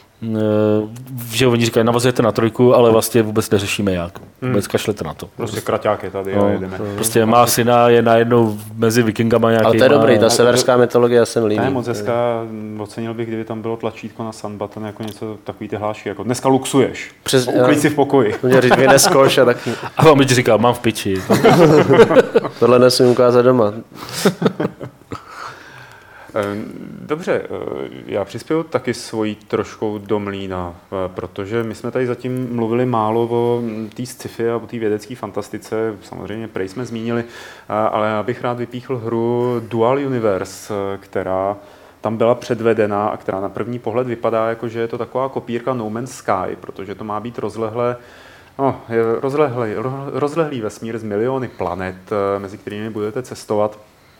že oni říkají, navazujete na trojku, ale vlastně vůbec neřešíme jak. Vůbec kašlete na to. Prostě kraťák je tady no, a jedeme. Prostě má syna, je najednou mezi vikingama nějaký. Ale to je dobrý, ta severská mytologie se mi líbí. Ne, moc hezká, ocenil bych, kdyby tam bylo tlačítko na sun button, jako něco takový ty hlášky, jako dneska luxuješ, Přes, uklid si v pokoji. Mě říct, vyneskoš a taky. A on mi říkal, mám v piči. Tohle nesmím ukázat doma. Dobře, já přispěju taky svojí troškou do mlýna, protože my jsme tady zatím mluvili málo o té sci-fi a o té vědecké fantastice, samozřejmě Prey jsme zmínili, ale já bych rád vypíchl hru Dual Universe, která tam byla předvedena a která na první pohled vypadá jako, že je to taková kopírka No Man's Sky, protože to má být rozlehlé No, je rozlehlý, rozlehlý vesmír z miliony planet, mezi kterými budete cestovat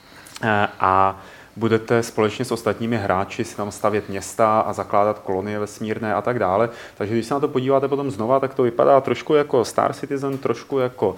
a budete společně s ostatními hráči si tam stavět města a zakládat kolonie vesmírné a tak dále. Takže když se na to podíváte potom znova, tak to vypadá trošku jako Star Citizen, trošku jako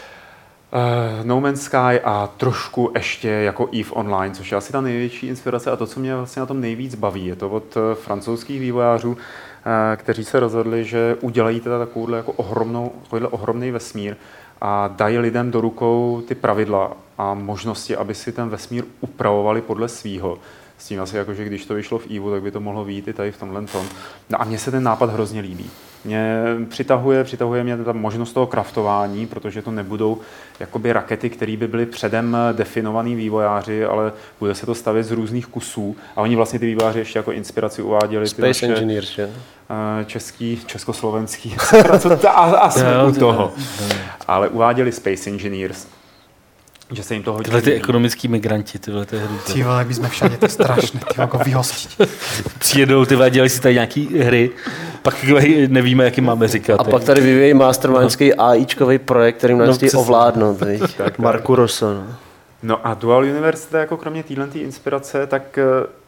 No Man's Sky a trošku ještě jako EVE Online, což je asi ta největší inspirace a to, co mě vlastně na tom nejvíc baví. Je to od francouzských vývojářů, kteří se rozhodli, že udělají teda takovouhle jako ohromnou, takovýhle ohromný vesmír a dají lidem do rukou ty pravidla a možnosti, aby si ten vesmír upravovali podle svýho. S tím asi jako, že když to vyšlo v EVE, tak by to mohlo vyjít i tady v tomhle tom. No a mně se ten nápad hrozně líbí. Mě přitahuje, přitahuje mě ta možnost toho kraftování, protože to nebudou jakoby rakety, které by byly předem definovaný vývojáři, ale bude se to stavět z různých kusů. A oni vlastně ty vývojáři ještě jako inspiraci uváděli. Space naše, Engineers, že? Český, československý, a, a jsme u toho. Ale uváděli Space Engineers. Že se jim to hodí. Tyhle ty ekonomický migranti, tyhle ty hry. Ty vole, jak bychom všade, to je strašné, ty jako vyhostiť. Přijedou, ty vole, dělají si tady nějaký hry, pak nevíme, jak jim máme říkat. A pak tady vyvíjí mastermindský AIčkový projekt, kterým nás chtějí ovládnout. Marku Rosso. No. no a Dual Universe, jako kromě téhle inspirace, tak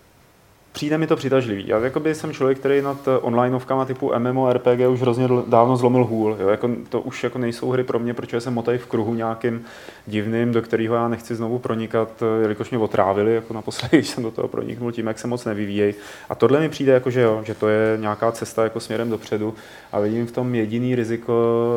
přijde mi to přitažlivý. Já jakoby jsem člověk, který nad onlineovkama typu MMORPG už hrozně dávno zlomil hůl. Jo? Jako, to už jako nejsou hry pro mě, protože se motají v kruhu nějakým divným, do kterého já nechci znovu pronikat, jelikož mě otrávili, jako naposledy, když jsem do toho proniknul tím, jak se moc nevyvíjejí. A tohle mi přijde, jako, že, jo, že to je nějaká cesta jako směrem dopředu a vidím v tom jediný riziko,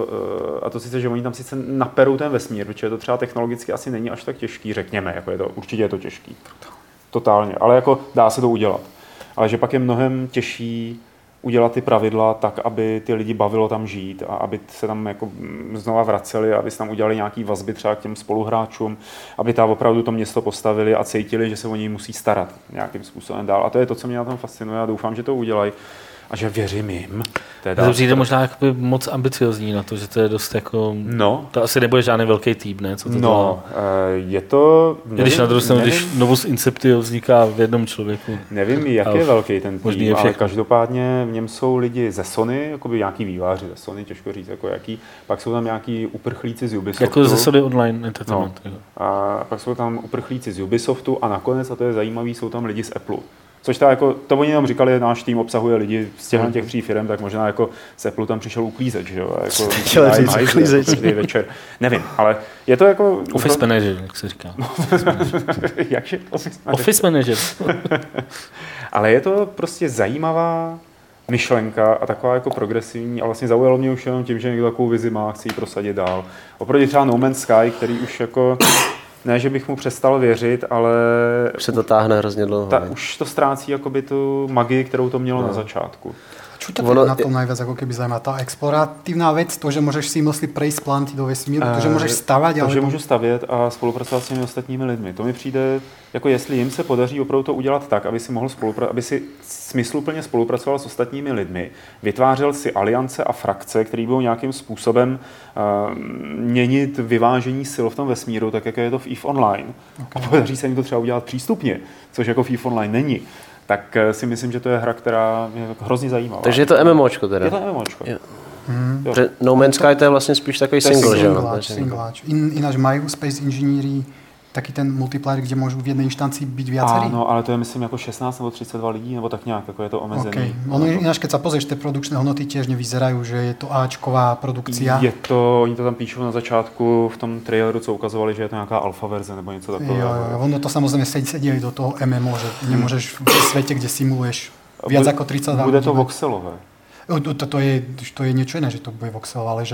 a to sice, že oni tam sice naperou ten vesmír, protože to třeba technologicky asi není až tak těžký, řekněme, jako je to, určitě je to těžký. Totálně, ale jako dá se to udělat. Ale že pak je mnohem těžší udělat ty pravidla tak, aby ty lidi bavilo tam žít a aby se tam jako znova vraceli, aby se tam udělali nějaký vazby třeba k těm spoluhráčům, aby tam opravdu to město postavili a cítili, že se o něj musí starat nějakým způsobem dál. A to je to, co mě na tom fascinuje a doufám, že to udělají. A že věřím jim. Teda to přijde možná jakoby moc ambiciozní na to, že to je dost jako... No. To asi nebude žádný velký tým, ne? Co to no, dělá? Je to... Nevím, když na druhou stranu, když Novus Inceptio vzniká v jednom člověku. Nevím, jak je velký ten tým, je ale každopádně v něm jsou lidi ze Sony, jakoby nějaký výváři ze Sony, těžko říct, jako jaký. Pak jsou tam nějaký uprchlíci z Ubisoftu. Jako ze Sony Online Entertainment. No. A pak jsou tam uprchlíci z Ubisoftu a nakonec, a to je zajímavý, jsou tam lidi z Apple. Což ta, jako, to oni nám říkali, náš tým obsahuje lidi z těchto těch tří firm, tak možná jako z Apple tam přišel uklízeč, že jo? Jako, chtěl říct uklízeč. Jako večer. Nevím, ale je to jako... Office to... manager, jak se říká. Jakže? Office manager. Office manager. Ale je to prostě zajímavá myšlenka a taková jako progresivní a vlastně zaujalo mě už jenom tím, že někdo takovou vizi má, chci ji prosadit dál. Oproti třeba No Man's Sky, který už jako... Ne, že bych mu přestal věřit, ale... Už se to táhne hrozně dlouho. Ta, už to ztrácí jakoby tu magii, kterou to mělo no. na začátku. Čo ťa ono, na tom najviac ako keby zaujíma? Tá exploratívna vec, to, že môžeš seamlessly prejsť planety do vesmíru, to, že môžeš stavať, ale... To, že to... můžu stavět a spolupracovat s těmi ostatními lidmi. To mi přijde, jako jestli jim se podaří opravdu to udělat tak, aby si mohl spolupracovat, aby si smysluplně spolupracoval s ostatními lidmi, vytvářel si aliance a frakce, které budou nějakým způsobem uh, měnit vyvážení sil v tom vesmíru, tak jako je to v EVE Online. Okay. A podaří se jim to třeba udělat přístupně, což jako v EVE Online není. Tak si myslím, že to je hra, která je hrozně zajímavá. Takže je to MMOčko teda? Je to MMOčko. Jo. Hmm. No Man's Sky to je vlastně spíš takový single, že? Singláč. In, ináč majú Space Engineeri taký ten multiplayer, kde môžu v jednej inštancii byť viacerí? Áno, ale to je myslím jako šestnáct nebo třicet dva lidí, nebo tak nějak, jako je to omezený. Okay. Ono ináč, keď sa pozrieš, tie produkčné hodnoty tiež nevyzerajú, že je to áčková produkcia. Je to, oni to tam píšou na začátku v tom traileru, co ukazovali, že je to nějaká alfa verze nebo něco takového. Jo, jo, ono to samozrejme sedí do toho M M O, že nemôžeš v svete, kde simuluješ viac ako tridsaťdva. Bude to voxelové. To, to, to, je, to je niečo iné, že to bude voxelové, ale že...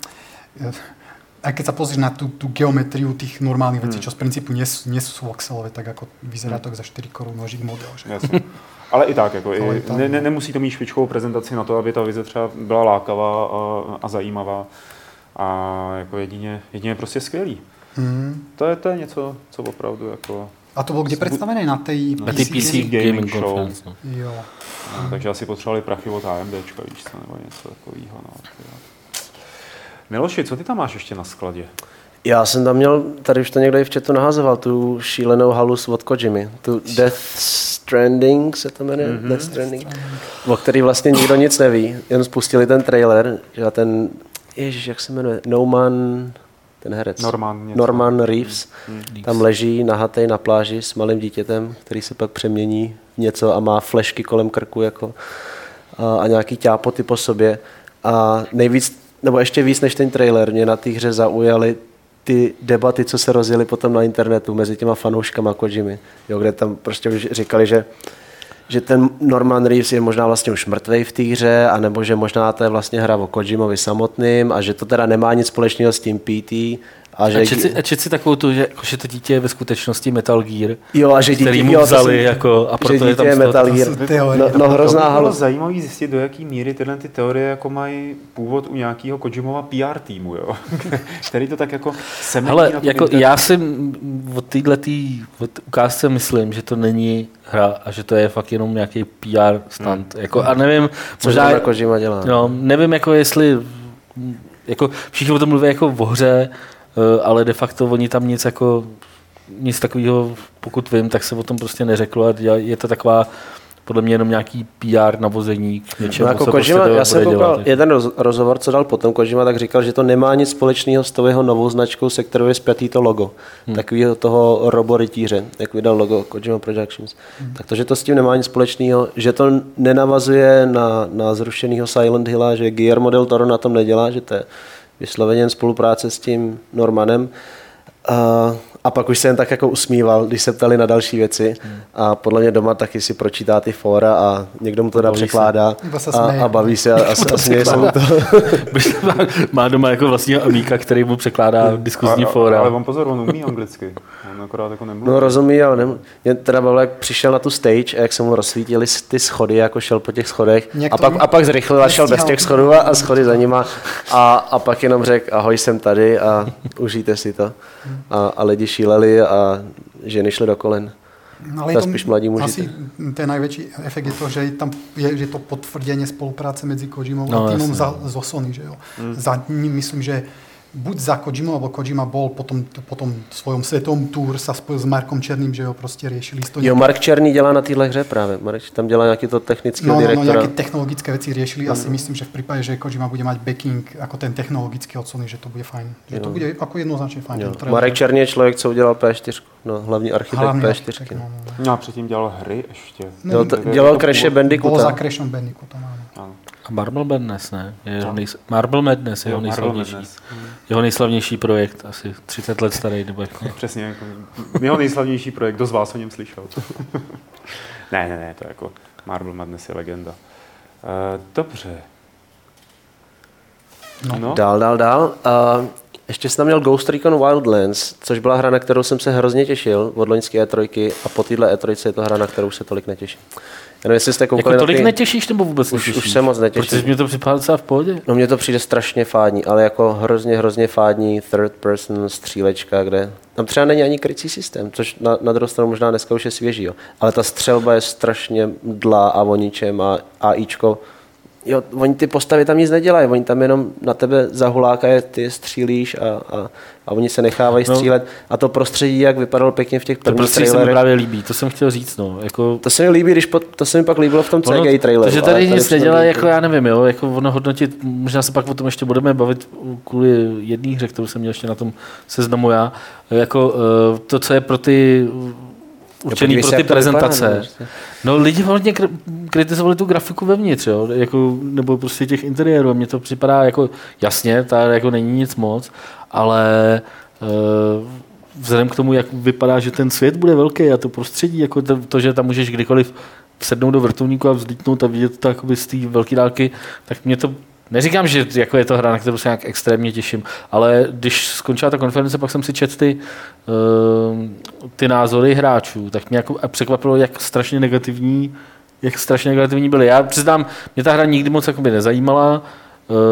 Aj keď sa pozrieš na tú, tú geometriu tých normálnych vecí, hmm. čo z princípu nie, nie sú voxelové, tak ako vyzerá to za čtyři korun nožík model. Že? Jasně. Ale i tak, jako, i, ne, ne, nemusí to mít špičkovou prezentaci na to, aby ta vize třeba byla lákavá a, a zajímavá. A jako jedině, jedině prostě skvělý. Hmm. To, je, to je něco, co opravdu jako A to bylo kde představené? Na té no, P C Gaming Show. No. Jo. No, takže asi potřebovali prachy od AMDčka, víš co, nebo něco takového. No. Miloši, co ty tam máš ještě na skladě? Já jsem tam měl, tady už to někdo i v chatu nahazoval, tu šílenou halus od Kojimy. Tu Death Stranding se to jmenuje? Mm-hmm. Death Stranding. O který vlastně nikdo nic neví. Jen spustili ten trailer, že ten, ježiš, jak se jmenuje? No Man, ten herec. Norman. Něco. Norman Reeves. Mm-hmm. Tam leží nahatej na pláži s malým dítětem, který se pak přemění v něco a má flešky kolem krku jako, a, a nějaký ťápoty po sobě. A nejvíc, nebo ještě víc než ten trailer, mě na té hře zaujaly ty debaty, co se rozjeli potom na internetu mezi těma fanouškama Kojimy, jo, kde tam prostě už říkali, že, že ten Norman Reeves je možná vlastně už mrtvej v té hře, anebo že možná to je vlastně hra o Kojimovi samotným a že to teda nemá nic společného s tím P T. A, že... a čet si, a čet si takovou tu, že, že to dítě je ve skutečnosti Metal Gear, jo, a že dítě, který mu jo, vzali, jsem, jako, a proto je tam je Metal Gear. No, no hrozná halu. halu. Zajímavé zjistit, do jaký míry tyhle ty teorie jako mají původ u nějakého Kojimova P R týmu, jo? Který to tak jako semetí na tom jako internetu. Já si od téhletý ukázce myslím, že to není hra a že to je fakt jenom nějaký P R stunt. Hmm. Jako, a nevím, možná Kojima dělá. No, nevím, jako jestli jako všichni o tom mluví jako o hře, ale de facto oni tam nic jako nic takového, pokud vím, tak se o tom prostě neřeklo a je to taková podle mě jenom nějaký P R navození k něčemu, no jako co Kojima, prostě já jsem koukal dělat. jeden roz, rozhovor, co dal potom Kojima, tak říkal, že to nemá nic společného s tou jeho novou značkou, se kterou je spjatý to logo. Hmm. Takového toho roborytíře, jak vydal logo Kojima Productions. Hmm. Tak to, že to s tím nemá nic společného, že to nenavazuje na, na zrušenýho Silent Hilla, že Guillermo del Toro na tom nedělá, že to je vysloveně spolupráce s tím Normanem. A, a pak už se jen tak jako usmíval, když se ptali na další věci. Hmm. A podle mě doma taky si pročítá ty fóra a někdo mu to dá překládá a, a baví se a, a, a směje se mu to. Má doma jako vlastního amíka, který mu překládá diskuzní fóra. Ale on pozor, on umí anglicky. On akorát jako nemluví. No rozumí, ale nem... Mě teda bavilo, jak přišel na tu stage a jak se mu rozsvítili ty schody, jako šel po těch schodech. A pak, a pak zrychlil a šel bez těch schodů a schody za nima. A, a pak jenom řekl, ahoj, jsem tady a užijte si to. A, a lidi šíleli a ženy šly do kolen. No, ale spíš mladí muži. Asi ten největší efekt je to, že tam je, že to potvrdění spolupráce mezi Kojimou no, a týmom za, zo Sony. Že jo? Mm. Za ním myslím, že buď za Kojimou, alebo Kojima bol potom, potom svojom svetovom tour sa spojil s Markom Černým, že ho prostě riešili. To jo, Mark Černý dělá na téhle hře právě. Mark tam dělá nějaký to technický no, direktora. No, no, nějaké technologické věci riešili. Mm. Asi myslím, že v případě, že Kojima bude mať backing jako ten technologický od Sony, že to bude fajn. Že jo. To bude jako jednoznačně fajn. Marek Černý je člověk, co udělal P čtyři. No, hlavní architekt hlavní P čtyři. No, no. no a předtím dělal hry ještě. No, dělal, t- dělal Crashe Bandicoota. Bylo za Crashem Bandicoota, ano. A Marble Madness, ne? Je jeho nejs- Marble Madness je jeho nejslavnější. Jeho nejslavnější projekt, asi třicet let starý. Nebo jako. Přesně, jako jeho nejslavnější projekt, kdo z vás o něm slyšel. ne, ne, ne, to jako Marble Madness je legenda. Uh, dobře. No. No. Dál, dál, dál. Uh, ještě jsem tam měl Ghost Recon Wildlands, což byla hra, na kterou jsem se hrozně těšil od loňské E tři a po téhle E tři je to hra, na kterou se tolik netěším. Jenom jestli jste koukali jako tolik ty... netěšíš nebo vůbec už, netěšíš? Už se moc netěším. Protože mě to připadá docela v pohodě. No mně to přijde strašně fádní, ale jako hrozně, hrozně fádní third person střílečka, kde tam třeba není ani krycí systém, což na, na druhou stranu možná dneska už je svěží, jo. Ale ta střelba je strašně dlá a o ničem a AIčko. Jo, oni ty postavy tam nic nedělají, oni tam jenom na tebe zahulákají, ty je střílíš a, a, a oni se nechávají no. střílet. A to prostředí, jak vypadalo pěkně v těch prvních trailerech. To se mi právě líbí, to jsem chtěl říct. No. Jako... To se mi líbí, když po, to se mi pak líbilo v tom C G I traileru. Takže tady nic nedělá, jako já nevím, jo, jako ono hodnotit, možná se pak o tom ještě budeme bavit kvůli jedné hře, kterou jsem měl ještě na tom seznamu já. Jako to, co je pro ty určený pro ty prezentace. Vypadá, no lidi hodně kritizovali tu grafiku vevnitř, jo, jako, nebo prostě těch interiérů. A mně to připadá jako jasně, ta jako není nic moc, ale uh, vzhledem k tomu, jak vypadá, že ten svět bude velký a to prostředí, jako to, to že tam můžeš kdykoliv sednout do vrtulníku a vzlítnout a vidět to jakoby z té velké dálky, tak mě to neříkám, že jako je to hra, na kterou se nějak extrémně těším, ale když skončila ta konference, pak jsem si četl ty, uh, ty názory hráčů, tak mě jako překvapilo, jak strašně negativní, jak strašně negativní byly. Já přiznám, mě ta hra nikdy moc jakoby nezajímala, uh,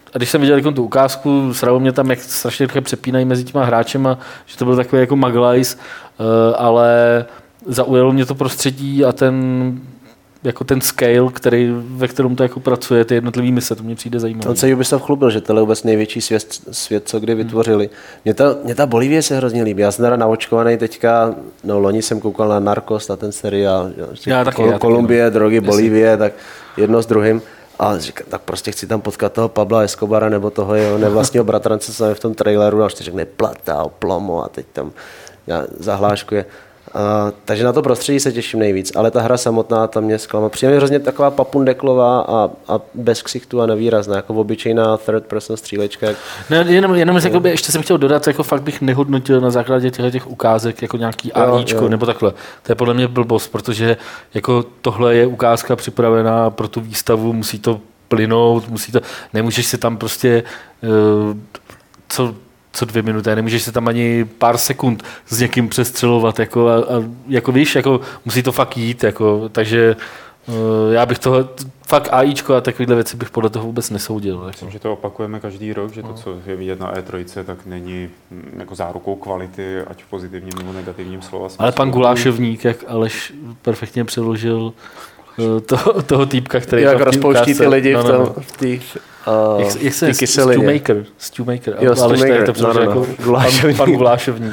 a když jsem viděl jako tu ukázku, sralo mě tam, jak strašně rychle přepínají mezi těma hráčema, že to byl takový jako maglajs, ale zaujalo mě to prostředí a ten jako ten scale, který, ve kterém to jako pracuje, ty jednotlivý mise, to mě přijde zajímavé. On se Ubisoft chlubil, že to je vůbec největší svět, svět co kdy vytvořili. Hmm. Mě, ta, mě ta Bolívie se hrozně líbí. Já jsem teda naočkovaný teďka, no loni jsem koukal na Narcos, na ten seriál. Já taky, Kol- já Kolumbie, taky, no. drogy, Jasně. Bolívie, tak jedno s druhým. A říkám, tak prostě chci tam potkat toho Pabla Escobara nebo toho jeho nevlastního bratrance, co je v tom traileru, a už řekne plata, plomo a teď tam zahláškuje. Uh, takže na to prostředí se těším nejvíc, ale ta hra samotná tam mě zklamala. Přijde mi hrozně taková papundeklová a, a bez ksichtů a nevýrazná, jako obyčejná third person střílečka. Ne, jenom, jenom no. By, ještě jsem chtěl dodat, jako fakt bych nehodnotil na základě těch, těch ukázek jako nějaký AIčko nebo takhle. To je podle mě blbost, protože jako tohle je ukázka připravená pro tu výstavu, musí to plynout, musí to, nemůžeš si tam prostě uh, co co dvě minuty, nemůžeš se tam ani pár sekund s někým přestřelovat, jako, a, a, jako víš, jako musí to fakt jít, jako, takže uh, já bych toho, fakt AIčko a takovéhle věci bych podle toho vůbec nesoudil. Myslím, že to opakujeme každý rok, že to, co je vidět na E tři, tak není jako zárukou kvality, ať v pozitivním nebo negativním slova smyslu. Ale pan Gulášovník, jak Aleš perfektně přeložil toho, toho týpka, který jak rozpouští ty lidi no, v tom, no, no. v těch Uh, jak, jak se Stewmaker, Stewmaker. Jo, Stewmaker. To no, no, no. Jako pan Gulášovník.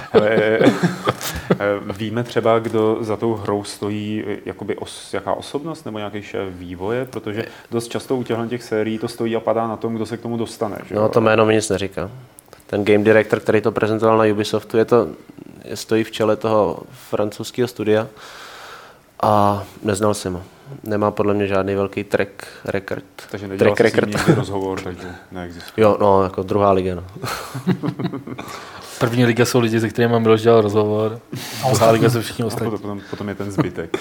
Víme třeba, kdo za tou hrou stojí, jakoby os, jaká osobnost nebo nějaký šéf vývoje, protože dost často u těchto těch sérií to stojí a padá na tom, kdo se k tomu dostane. Že? No to jméno mi nic neříká. Ten game director, který to prezentoval na Ubisoftu, je to, stojí v čele toho francouzského studia a neznal jsem ho. Nemá podle mě žádný velký track record. Takže nedělal jsi s ním nikdy rozhovor, takže neexistuje. Jo, no, jako druhá liga, no. První liga jsou lidi, se kterými mám Miloš dělal rozhovor. Druhá liga jsou všichni ostatní. Potom, potom je ten zbytek.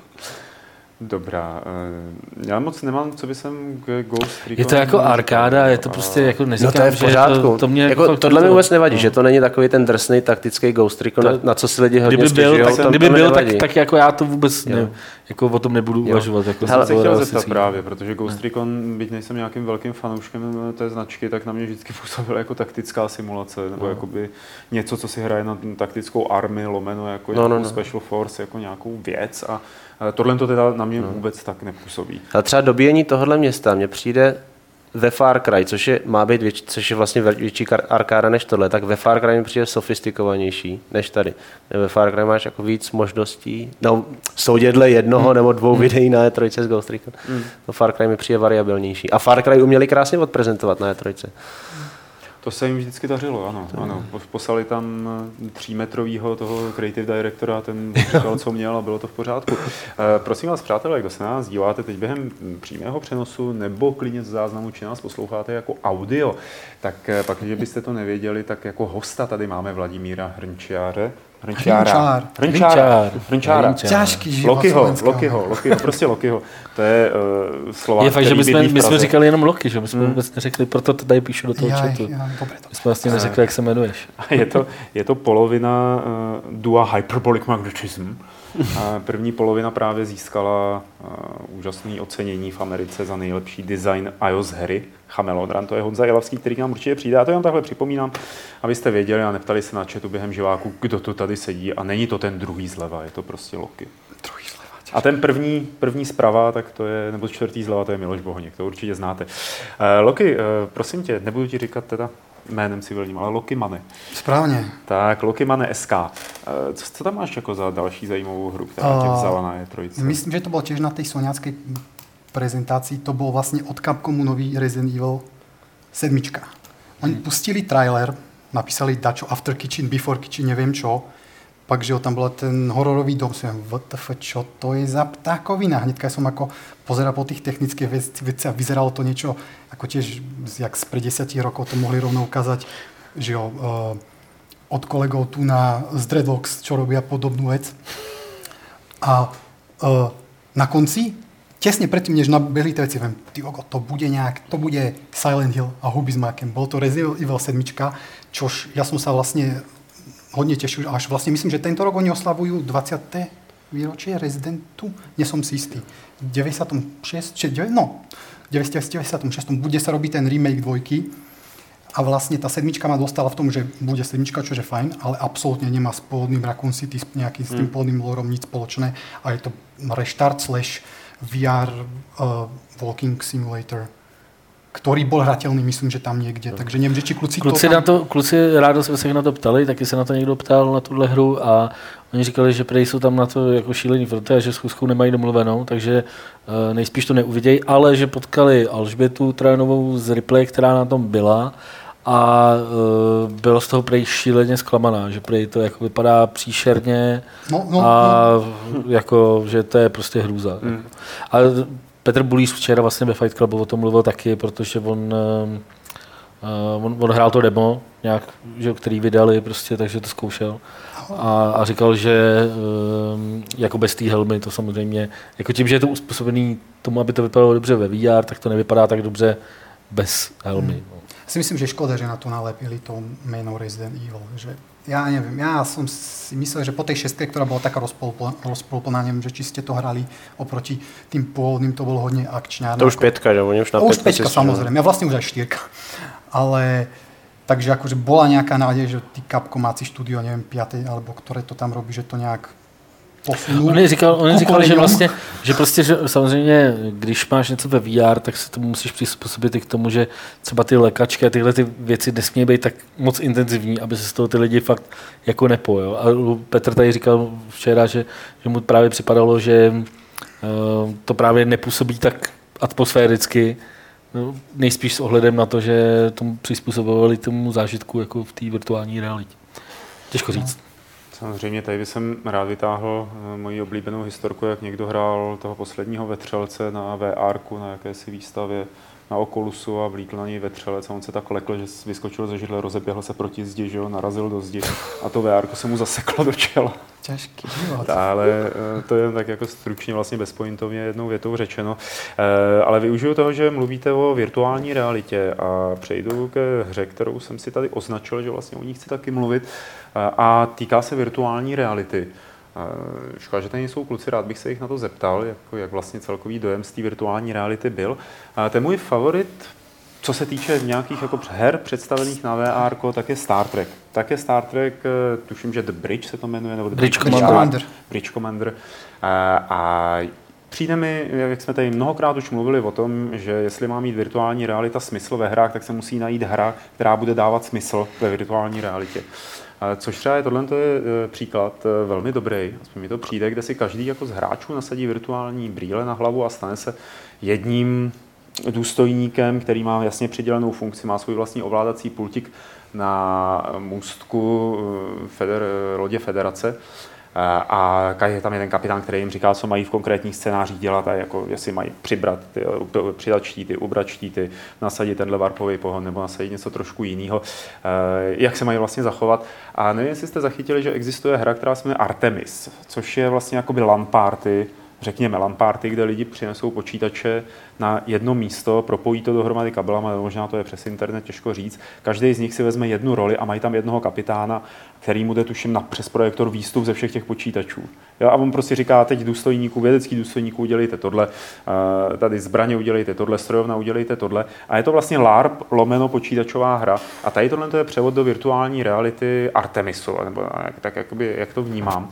Dobrá. Já moc nemám, co by jsem k Ghost Recon... Je to jako arkáda, je to prostě jako neříkám, no to je v pořádku. To, to mě jako, fakt, tohle mi vůbec nevadí, no. Že to není takový ten drsný taktický Ghost Recon, na, na co si lidi hodně kdyby byl, stěžujou, tak, to, kdyby to byl tak, tak jako já to vůbec jo. ne, jako o tom nebudu jo. uvažovat. Jako já jsem se chtěl zeptat právě, protože Ghost Recon, byť nejsem nějakým velkým fanouškem té značky, tak na mě vždycky působila jako taktická simulace, nebo no. jakoby něco, co si hraje na taktickou army, lomeno jako, no, jako no, no. Special Force, jako nějakou věc a tohle to teda na mě no. vůbec tak nepůsobí. A třeba dobíjení tohohle města mně přijde ve Far Cry, což je, má být větší, což je vlastně větší arkáda než tohle, tak ve Far Cry mi přijde sofistikovanější než tady. Ve Far Cry máš jako víc možností, no soudědle jednoho mm. nebo dvou mm. videí na E tři z Ghost Recon. Mm. To Far Cry mi přijde variabilnější. A Far Cry uměli krásně odprezentovat na E tři. To se jim vždycky dařilo, ano. ano. Poslali tam třímetrovýho toho creative directora, ten říkal, co měl a bylo to v pořádku. E, prosím vás, přátelé, kdo se na nás díváte teď během přímého přenosu nebo klidně z záznamu, či nás posloucháte jako audio, tak pak, když byste to nevěděli, tak jako hosta tady máme Vladimíra Hrnčiáře. Hrnčára. Hrnčára. Hrnčára. Těžký život. Lokiho, Lokiho, Lokiho, prostě Lokiho. To je uh, slova, je fakt, že my jsme, my jsme říkali jenom Loki, že my jsme hmm. vůbec neřekli, proto to tady píšu do toho já, chatu. Já, dobré, my jsme vlastně neřekli, jak se jmenuješ. Je to, je to polovina uh, Dua Hyperbolic Magnetism. A první polovina právě získala uh, úžasné ocenění v Americe za nejlepší design iOS hry. Chamelodran, to je Honza Jelavský, který k nám určitě přijde. Já to jen takhle připomínám, abyste věděli a neptali se na chatu během živáku, kdo to tady sedí. A není to ten druhý zleva, je to prostě Loki. Druhý zleva. A ten první, první zprava, tak to je, nebo čtvrtý zleva, to je Miloš Bohoněk, to určitě znáte. Uh, Loki, uh, prosím tě, nebudu ti říkat teda jménem civilním, ale Loki Mane. Správně. Tak, Loki Mane S K. Co, co tam máš jako za další zajímavou hru, která tě vzala na E tři? Myslím, že to bylo tiež na tej soniackej prezentácii. To bol vlastne od Capcomu nový Resident Evil sedm. Oni hmm. pustili trailer, napísali dačo After Kitchen, Before Kitchen, neviem čo. Pak, že tam bol ten hororový dom, som W T F, čo to je za ptákovina? Hnedka som ako pozeral po tých technických veci a vyzeralo to niečo, ako tiež, jak z pred desiatich rokov to mohli rovno ukázať, že jo, uh, od kolegov tu na z Dreadlocks, čo robia podobnú vec. A uh, na konci, tesne predtým, než nabehli tie veci, viem, ty oko, to bude nejak, to bude Silent Hill a huby s mákem. Bol to Resident Evil sedm, čož ja som sa vlastne hodne tešil, až vlastne myslím, že tento rok oni oslavujú dvadsiate výročie Residentu, nie som si istý. deväťdesiatšesť, či deväť, no, deväťstodeväťdesiatšesť bude sa robiť ten remake dvojky a vlastne tá sedmička ma dostala v tom, že bude sedmička, čo je fajn, ale absolútne nemá s pôvodným Raccoon City, s nejakým s tým pôvodným lorom nič spoločné a je to reštart slash vé er uh, walking simulator, ktorý bol hrateľný, myslím, že tam niekde, takže neviem, že či kluci, kluci to tam... na to, kluci rádo se na to ptali, taky se na to někdo ptal na tuhle hru a oni říkali, že prej jsou tam na to jako šílení fronty a že s Chuskou nemají domluvenou, takže uh, nejspíš to neuvidějí, ale že potkali Alžbětu Trajanovou z Ripley, která na tom byla a uh, byla z toho prej šíleně zklamaná, že prej to jako vypadá příšerně no, no, a no. jako, že to je prostě hrůza. Mm. A Petr Bulíř včera vlastně ve Fight Clubu o tom mluvil taky, protože on, uh, on, on hrál to demo, nějak, že, který vydali, prostě, takže to zkoušel. A, a říkal, že uh, jako bez té helmy to samozřejmě, jako tím, že je to uspůsobený tomu, aby to vypadalo dobře ve vé er, tak to nevypadá tak dobře bez helmy. Hmm. No. Si myslím, že škoda, že na to nalepili to meno Resident Evil. Že ja neviem, ja som si myslel, že po tej šestke, ktorá bola taká rozpolplná, neviem, že či ste to hrali oproti tým pôvodným, to bolo hodne akčňárne. To už päťka, že oni už na päťku. To už päťka, samozrejme, ja vlastne už aj štyrka. Ale takže akože bola nejaká nádej, že tí Capcomáci štúdio, neviem, piate alebo ktoré to tam robí, že to nejak posunul. On říkal, on říkal že vlastně, že prostě, že samozřejmě, když máš něco ve vé er, tak se tomu musíš přizpůsobit i k tomu, že třeba ty lékačky a tyhle ty věci nesmí být tak moc intenzivní, aby se z toho ty lidi fakt jako nepojil. A Petr tady říkal včera, že, že mu právě připadalo, že uh, to právě nepůsobí tak atmosféricky, no, nejspíš s ohledem na to, že tomu přizpůsobovali tomu zážitku jako v té virtuální realitě. Těžko říct. Samozřejmě tady bych jsem rád vytáhl moji oblíbenou historku, jak někdo hrál toho posledního vetřelce na vé erku, na jakési výstavě na Oculusu a vlítl na něj vetřelec a on se tak lekl, že vyskočil ze židle, rozeběhl se proti zdi, že jo, narazil do zdi a to vé erko se mu zaseklo do čela. Těžký život. Ale to je tak jako stručně vlastně bezpointovně jednou větou řečeno. Ale využiju toho, že mluvíte o virtuální realitě a přejdu ke hře, kterou jsem si tady označil, že vlastně o ní chci taky mluvit a týká se virtuální reality. Škoda, že tady nejsou kluci, rád bych se jich na to zeptal, jak, jak vlastně celkový dojem z té virtuální reality byl. Ten můj favorit, co se týče nějakých jako her představených na vé er, tak je Star Trek. Tak je Star Trek, tuším, že The Bridge se to jmenuje, nebo The Bridge Commander. Bridge Commander. A, a přijde mi, jak jsme tady mnohokrát už mluvili o tom, že jestli má mít virtuální realita smysl ve hrách, tak se musí najít hra, která bude dávat smysl ve virtuální realitě. Což třeba je, tohle je příklad velmi dobrý, aspoň mi to přijde, kde si každý jako z hráčů nasadí virtuální brýle na hlavu a stane se jedním důstojníkem, který má jasně přidělenou funkci, má svůj vlastní ovládací pultík na můstku feder, lodě Federace. A je tam jeden kapitán, který jim říká, co mají v konkrétních scénářích dělat a jako jestli mají přibrat, ty, přidat štíty, ubrat štíty, nasadit tenhle warpový pohon nebo nasadit něco trošku jiného, jak se mají vlastně zachovat. A nevím, jestli jste zachytili, že existuje hra, která se jmenuje Artemis, což je vlastně jakoby LAN party, řekněme LAN party, kde lidi přinesou počítače na jedno místo, propojí to dohromady kabelama, možná to je přes internet, těžko říct. Každý z nich si vezme jednu roli a mají tam jednoho kapitána, který mu jde tuším na přes projektor výstup ze všech těch počítačů. Jo, a on prostě říká, teď důstojníků, vědecký důstojníků udělejte tohle, tady zbraně udělejte tohle, strojovna udělejte tohle. A je to vlastně LARP lomeno počítačová hra. A tady tohle to je převod do virtuální reality Artemisu, nebo tak jakoby, jak to vnímám.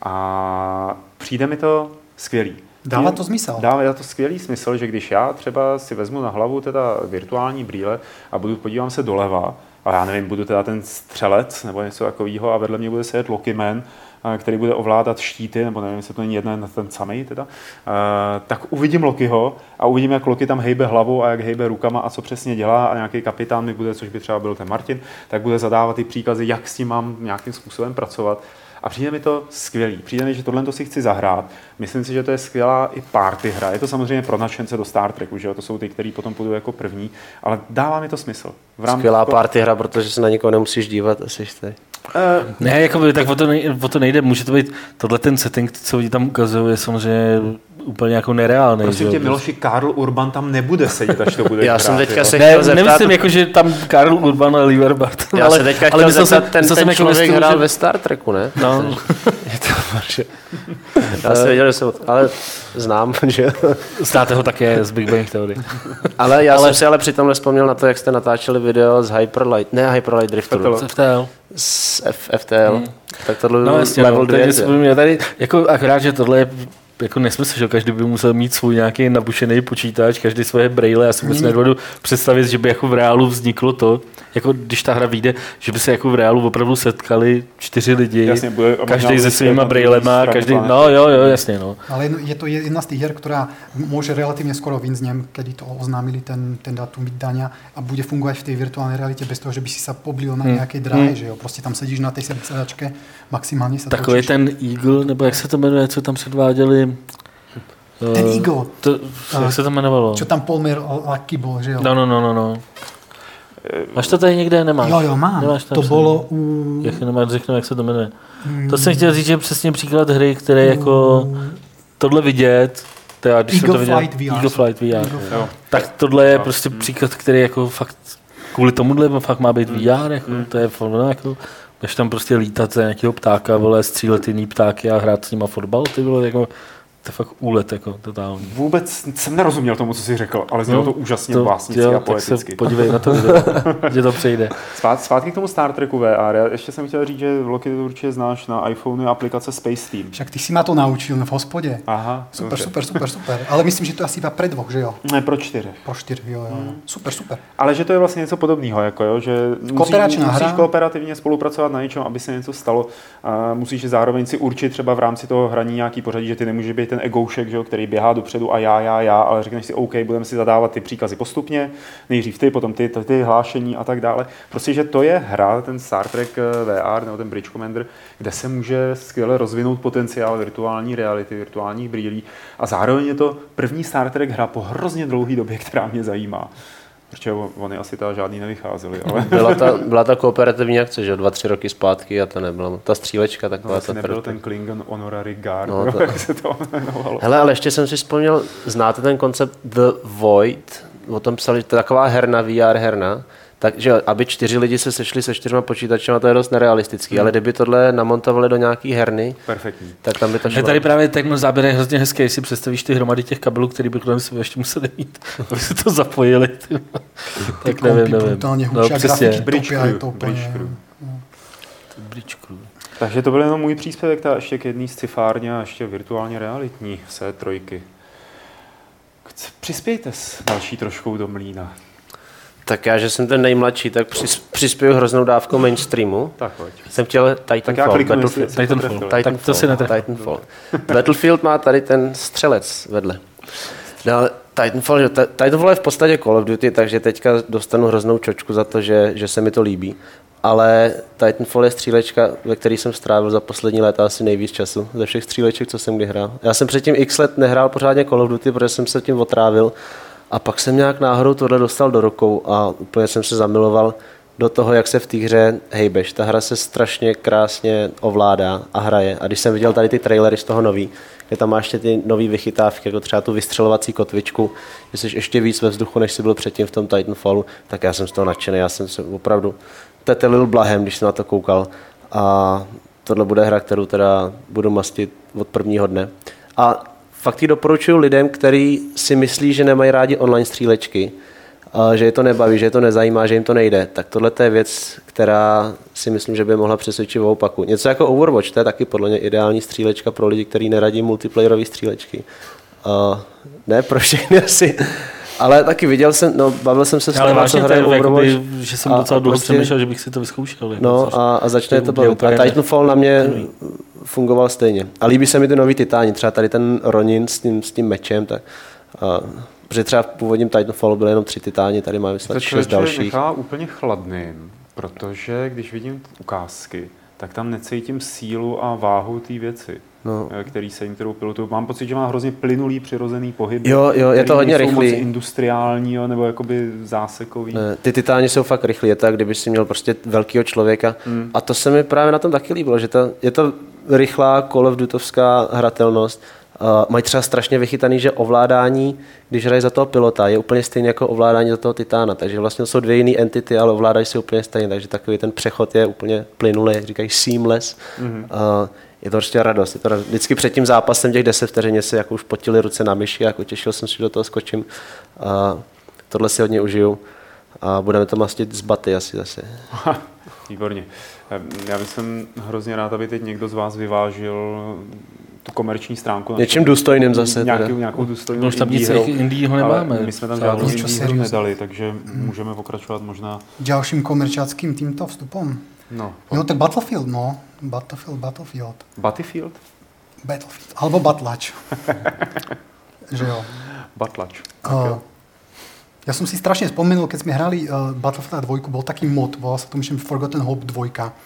A přijde mi to skvělý. Dává to smysl. Dává to skvělý smysl, že když já třeba si vezmu na hlavu teda virtuální brýle a budu podívám se doleva, a já nevím, budu teda ten střelec nebo něco takového a vedle mě bude sedět Lokiman, který bude ovládat štíty, nebo nevím, jestli to není jeden ten samej teda, tak uvidím Lokiho a uvidím, jak Loki tam hejbe hlavou a jak hejbe rukama a co přesně dělá a nějaký kapitán mi bude, což by třeba byl ten Martin, tak bude zadávat ty příkazy, jak s tím mám nějakým způsobem pracovat. A přijde mi to skvělý. Přijde mi, že tohle to si chci zahrát. Myslím si, že to je skvělá i party hra. Je to samozřejmě pro nadšence do Star Treku, že jo? To jsou ty, kteří potom půjdou jako první, ale dává mi to smysl. V rámci skvělá to... party hra, protože se na nikoho nemusíš dívat, asi jste. Uh, ne, jakoby, tak o to, nejde, o to nejde. Může to být tohle ten setting, co oni tam ukazují, je samozřejmě úplně jako nereálný. Prosím tě, Miloši, Karl Urban tam nebude sedět, až to bude. Já jsem teďka se ne, chtěl zeptat. Nemyslím, jako, že tam Karl Urban a Lieberberg. Já ale, se teďka ale chtěl zeptat, jsem, ten, ten jsem člověk jako hrál že... ve Star Treku, ne? No. Je to vaše. Já jsem věděl, že jsem, ale znám, že... Znáte ho také z Big Bang Theory. Ale já ale... jsem si ale přitom vzpomněl na to, jak jste natáčeli video z Hyperlight, ne Hyperlight Drifteru. Z F T L. Z F- FTL. Hmm. Tak tohle no, jasně, level no, dvě. Tady, jako akorát, že tohle je jako nesmysl, že každý by musel mít svůj nějaký nabušený počítač, každý svoje braille. Já si vůbec nedovedu představit, že by jako v reálu vzniklo to, jako když ta hra vyjde, že by se jako v reálu opravdu setkali čtyři lidi, jasně, bude, každý se svýma brailema, každý, no jo, jo, jasně, no. Ale je to jedna z těch her, která může relativně skoro vyjít z něm, kedy to oznámili ten, ten datum vydania a bude fungovat v té virtuální realitě bez toho, že by si se poblil na nějaké dráhe, hmm. že jo, prostě tam sedíš na té sedačke, maximálně se takový ten Eagle, nebo jak se to jmenuje, co tam předváděli. Ten Eagle. To, jak se to jmenovalo? Čo tam Polmer Lucky bol, že jo? No, no, no, no, no. Máš to tady někde, nemáš? Jo, jo, mám. Nemáš tam to jsem. bylo u... Jak nemáš, řeknu, jak se to jmenuje. Mm. To jsem chtěl říct, že je přesně příklad hry, které jako tohle vidět, teda, když Eagle to viděl, Flight V R. Eagle Flight V R. Eagle Flight. Tak tohle je prostě příklad, který jako fakt kvůli tomuhle fakt má být V R, jako, mm. to je fakt, jako, než tam prostě lítat za nějakého ptáka, vole, střílet jiný ptáky a hrát s nima fotbal, ty bylo jako to je fakt úlet, jako totální. Vůbec jsem nerozuměl tomu, co jsi řekl, ale znělo no, to úžasně to, básnicky jo, a poeticky. Podívej na to video, že to přejde. Zpát, zpátky k tomu Star Treku V R. Já ještě jsem chtěl říct, že Loki to určitě znáš na iPhoneu aplikace Space Team. Však ty si ma to naučil v hospodě. Aha. Super, dobře. super, super, super. Ale myslím, že to je asi iba pre dvoch, že jo? Ne, pro čtyři. Pro čtyři, jo, jo. Hmm. Super, super. Ale že to je vlastně něco podobného, jako jo, že musí, musíš kooperativně spolupracovat na něčem, aby se něco stalo. A musíš zároveň si určit třeba v rámci toho hraní nějaký pořadí, že ty nemůžeš být ten egoušek, že jo, který běhá dopředu a já, já, já, ale řekneš si, OK, budeme si zadávat ty příkazy postupně, nejdřív ty, potom ty, ty, ty hlášení a tak dále. Prostě, že to je hra, ten Star Trek V R nebo ten Bridge Commander, kde se může skvěle rozvinout potenciál virtuální reality, virtuálních brýlí a zároveň je to první Star Trek hra po hrozně dlouhé době, která mě zajímá. Protože oni asi ta žádný nevycházeli. Ale... Byla, ta, byla ta kooperativní akce, že dva, tři roky zpátky a to nebyla. Ta střílečka taková. No, ta nebyl prv... ten Klingon Honorary Guard, no, no, to... jak se to jmenovalo. Hele, ale ještě jsem si vzpomněl, znáte ten koncept The Void? O tom psali, to je taková herna, V R herna. Takže aby čtyři lidi se sešli se čtyřma počítačema, to je dost nerealistický, hmm. ale kdyby tohle namontovali do nějaký herny, perfektní. Tak tam by to šlo. Je tady právě ten záběr je hrozně hezký, když si představíš ty hromady těch kabelů, který by kolem sebe ještě museli mít, aby si to zapojili. Tak nevím, nevím. No, přesně. Bridge Crew. Bridge Crew. Bridge Crew. Takže to byl jenom můj příspěvek, ta ještě k jedný scifárně a ještě virtuálně realitní C tři. Přispějte s další troškou do mlýna. Tak já, že jsem ten nejmladší, tak přispěju hroznou dávkou mainstreamu. Tak pojď. Jsem chtěl Titanfall. Battlefield. Titanfall. Titanfall. Tak to si netrefil. Titanfall. Battlefield má tady ten střelec vedle. Dále Titanfall, že, Titanfall je v podstatě Call of Duty, takže teďka dostanu hroznou čočku za to, že, že se mi to líbí. Ale Titanfall je střílečka, ve který jsem strávil za poslední léta asi nejvíc času. Ze všech stříleček, co jsem kdy hrál. Já jsem předtím x let nehrál pořádně Call of Duty, protože jsem se tím otrávil. A pak jsem nějak náhodou tohle dostal do rukou a úplně jsem se zamiloval do toho, jak se v té hře hejbeš. Ta hra se strašně krásně ovládá a hraje. A když jsem viděl tady ty trailery z toho nový, kde tam máš ty nový vychytávky, jako třeba tu vystřelovací kotvičku, že jsi ještě víc ve vzduchu, než jsi byl předtím v tom Titanfallu, tak já jsem z toho nadšený. Já jsem se opravdu tetelil blahem, když jsem na to koukal. A tohle bude hra, kterou teda budu mastit od prvního dne. A fakt ji doporučuji lidem, kteří si myslí, že nemají rádi online střílečky, že je to nebaví, že je to nezajímá, že jim to nejde. Tak tohle je věc, která si myslím, že by mohla přesvědčit o opaku. Něco jako Overwatch, to je taky podle mě ideální střílečka pro lidi, kteří neradí multiplayerové střílečky. Uh, ne pro všechny asi, ale taky viděl jsem, no, bavil jsem se s ale vážně to jakoby, že jsem docela dlouho prostě, přemýšlel, že bych si to vyzkoušel. Jako, no a, a začne to bavit. A Titanfall na mě fungoval stejně. A líbí se mi ty nový Titáni, třeba tady ten Ronin s tím, s tím mečem, tak... A, protože třeba v původním Titanfallu byly jenom tři Titáni, tady máme snad šest dalších. To nechá úplně chladným, protože když vidím ukázky, tak tam necítím sílu a váhu té věci, no. který se jim kterou pilotují. Mám pocit, že má hrozně plynulý, přirozený pohyb. Jo, jo, je to hodně rychlý. Industriální, jo, nebo jakoby zásekový. Ne, ty Titáni jsou fakt rychlí, je to, kdyby si měl prostě velkýho člověka. Hmm. A to se mi právě na tom taky líbilo, že to, je to rychlá Call of Dutovská hratelnost mají třeba strašně vychytaný, že ovládání, když hrají za toho pilota, je úplně stejné jako ovládání za toho titána. Takže vlastně jsou dvě jiné entity, ale ovládají si úplně stejně. Takže takový ten přechod je úplně plynulý, jak říkají seamless. Mm-hmm. Uh, je to prostě radost. Je to radost. Vždycky před tím zápasem těch deset vteřin se jako už potily ruce na myši, jako těšil jsem si, že do toho skočím. Uh, tohle si hodně užiju. A budeme to mastit z baty asi zase. Výborně. Já bych jsem hrozně rád, aby teď někdo z vás vyvážil tu komerční stránku. Něčím důstojným zase. Nějaký, nějakou důstojnou no, tam nic indího nemáme. My jsme tam žádnou indí hru nedali, takže mm. můžeme pokračovat možná. Ďalším komerčáckým týmto vstupom. No, no tak Battlefield, no. Battlefield, Battlefield. Battlefield? Battlefield. Alebo Batlač. Že jo. Batlač. Uh, ja som si strašne spomenul, keď sme hrali uh, Battlefield dva, bol taký mod, volal sa to myslím Forgotten Hope dva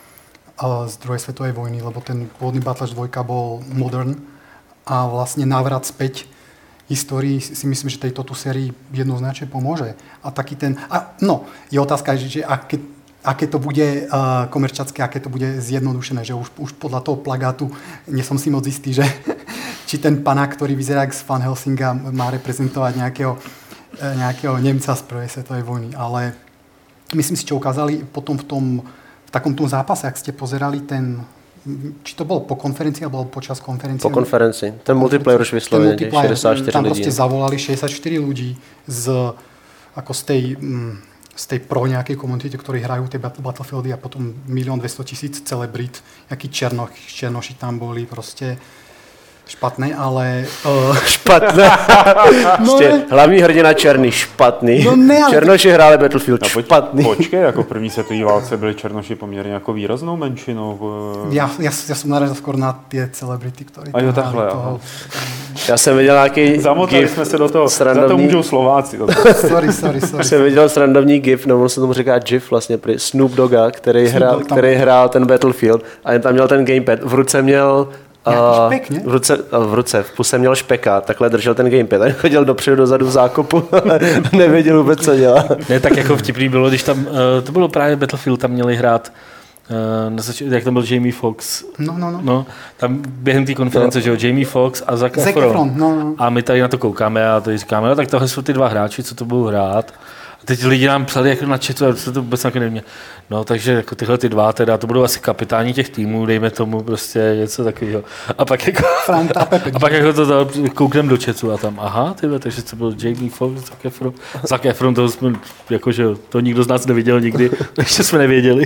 uh, z druhej svetovej vojny, lebo ten pôvodný Batlač dva bol modern a vlastne návrat späť histórii si myslím, že tejto tu sérii jednoznačne pomôže. A taký ten... A, no, je otázka, že, že aké, aké to bude uh, komerčacké, aké to bude zjednodušené, že už, už podľa toho plagátu nie som si moc istý, že či ten panák, ktorý vyzerá jak z Van Helsinga, má reprezentovať nejakého, nejakého Nemca z prvej svetovej vojny. Ale myslím si, čo ukázali potom v tom v takom tom zápase, ak ste pozerali ten, či to bolo po konferencii, alebo počas konferencie? Po konferencii. Ten multiplayer už vyslovene, šesťdesiatštyri ľudí. Tam proste zavolali šesťdesiatštyri ľudí z, ako z tej, z tej pro nejakej komunity, ktorí hrajú tie Battlefieldy a potom milión dvestotisíc celebrit, jakí černoši, černoši tam boli, proste špatné, ale... Uh... Špatné. No ne... Hlavní hrdina černý, špatný. No ne, ale... Černoši hráli Battlefield, no, špatný. Počkej, jako první světové válce byli černoši poměrně jako výraznou menšinou. Já, já, já jsem narazil skoro na ty celebrity, které tam jo, takhle, toho... Já jsem viděl nějaký Zamotali gif jsme se do toho, srandovní... za to můžou Slováci. sorry, sorry, sorry. Jsem viděl srandovní gif, no on se tomu říká gif vlastně, prý Snoop Dogga, který, Snoop hrál, Dogg který hrál ten Battlefield a jen tam měl ten gamepad. V ruce měl Uh, špek, v, ruce, v ruce, v puse měl špeka, takhle držel ten gamepad a chodil dopředu, dozadu v zákopu nevěděl vůbec, co dělá. Ne, tak jako vtipný bylo, když tam, uh, to bylo právě Battlefield, tam měli hrát, uh, zač- jak tam byl Jamie Foxx. No, no, no. no tam během té konference, no. Že jo, Jamie Foxx a Zac Efron. No, no. A my tady na to koukáme a tady říkáme, no tak tohle jsou ty dva hráči, co to budou hrát. A teď lidi nám psali jako na chatu, a to vůbec nějaké nemě. No takže jako tyhle ty dva teda, to budou asi kapitáni těch týmů, dejme tomu prostě něco takového. A pak jako, a pak jako to dal, kouknem do chatu a tam, aha, tyhle, takže to byl Jamie Foxx, Zac Efron. Zac Efron, toho jsme, jakože to nikdo z nás neviděl nikdy, ještě jsme nevěděli.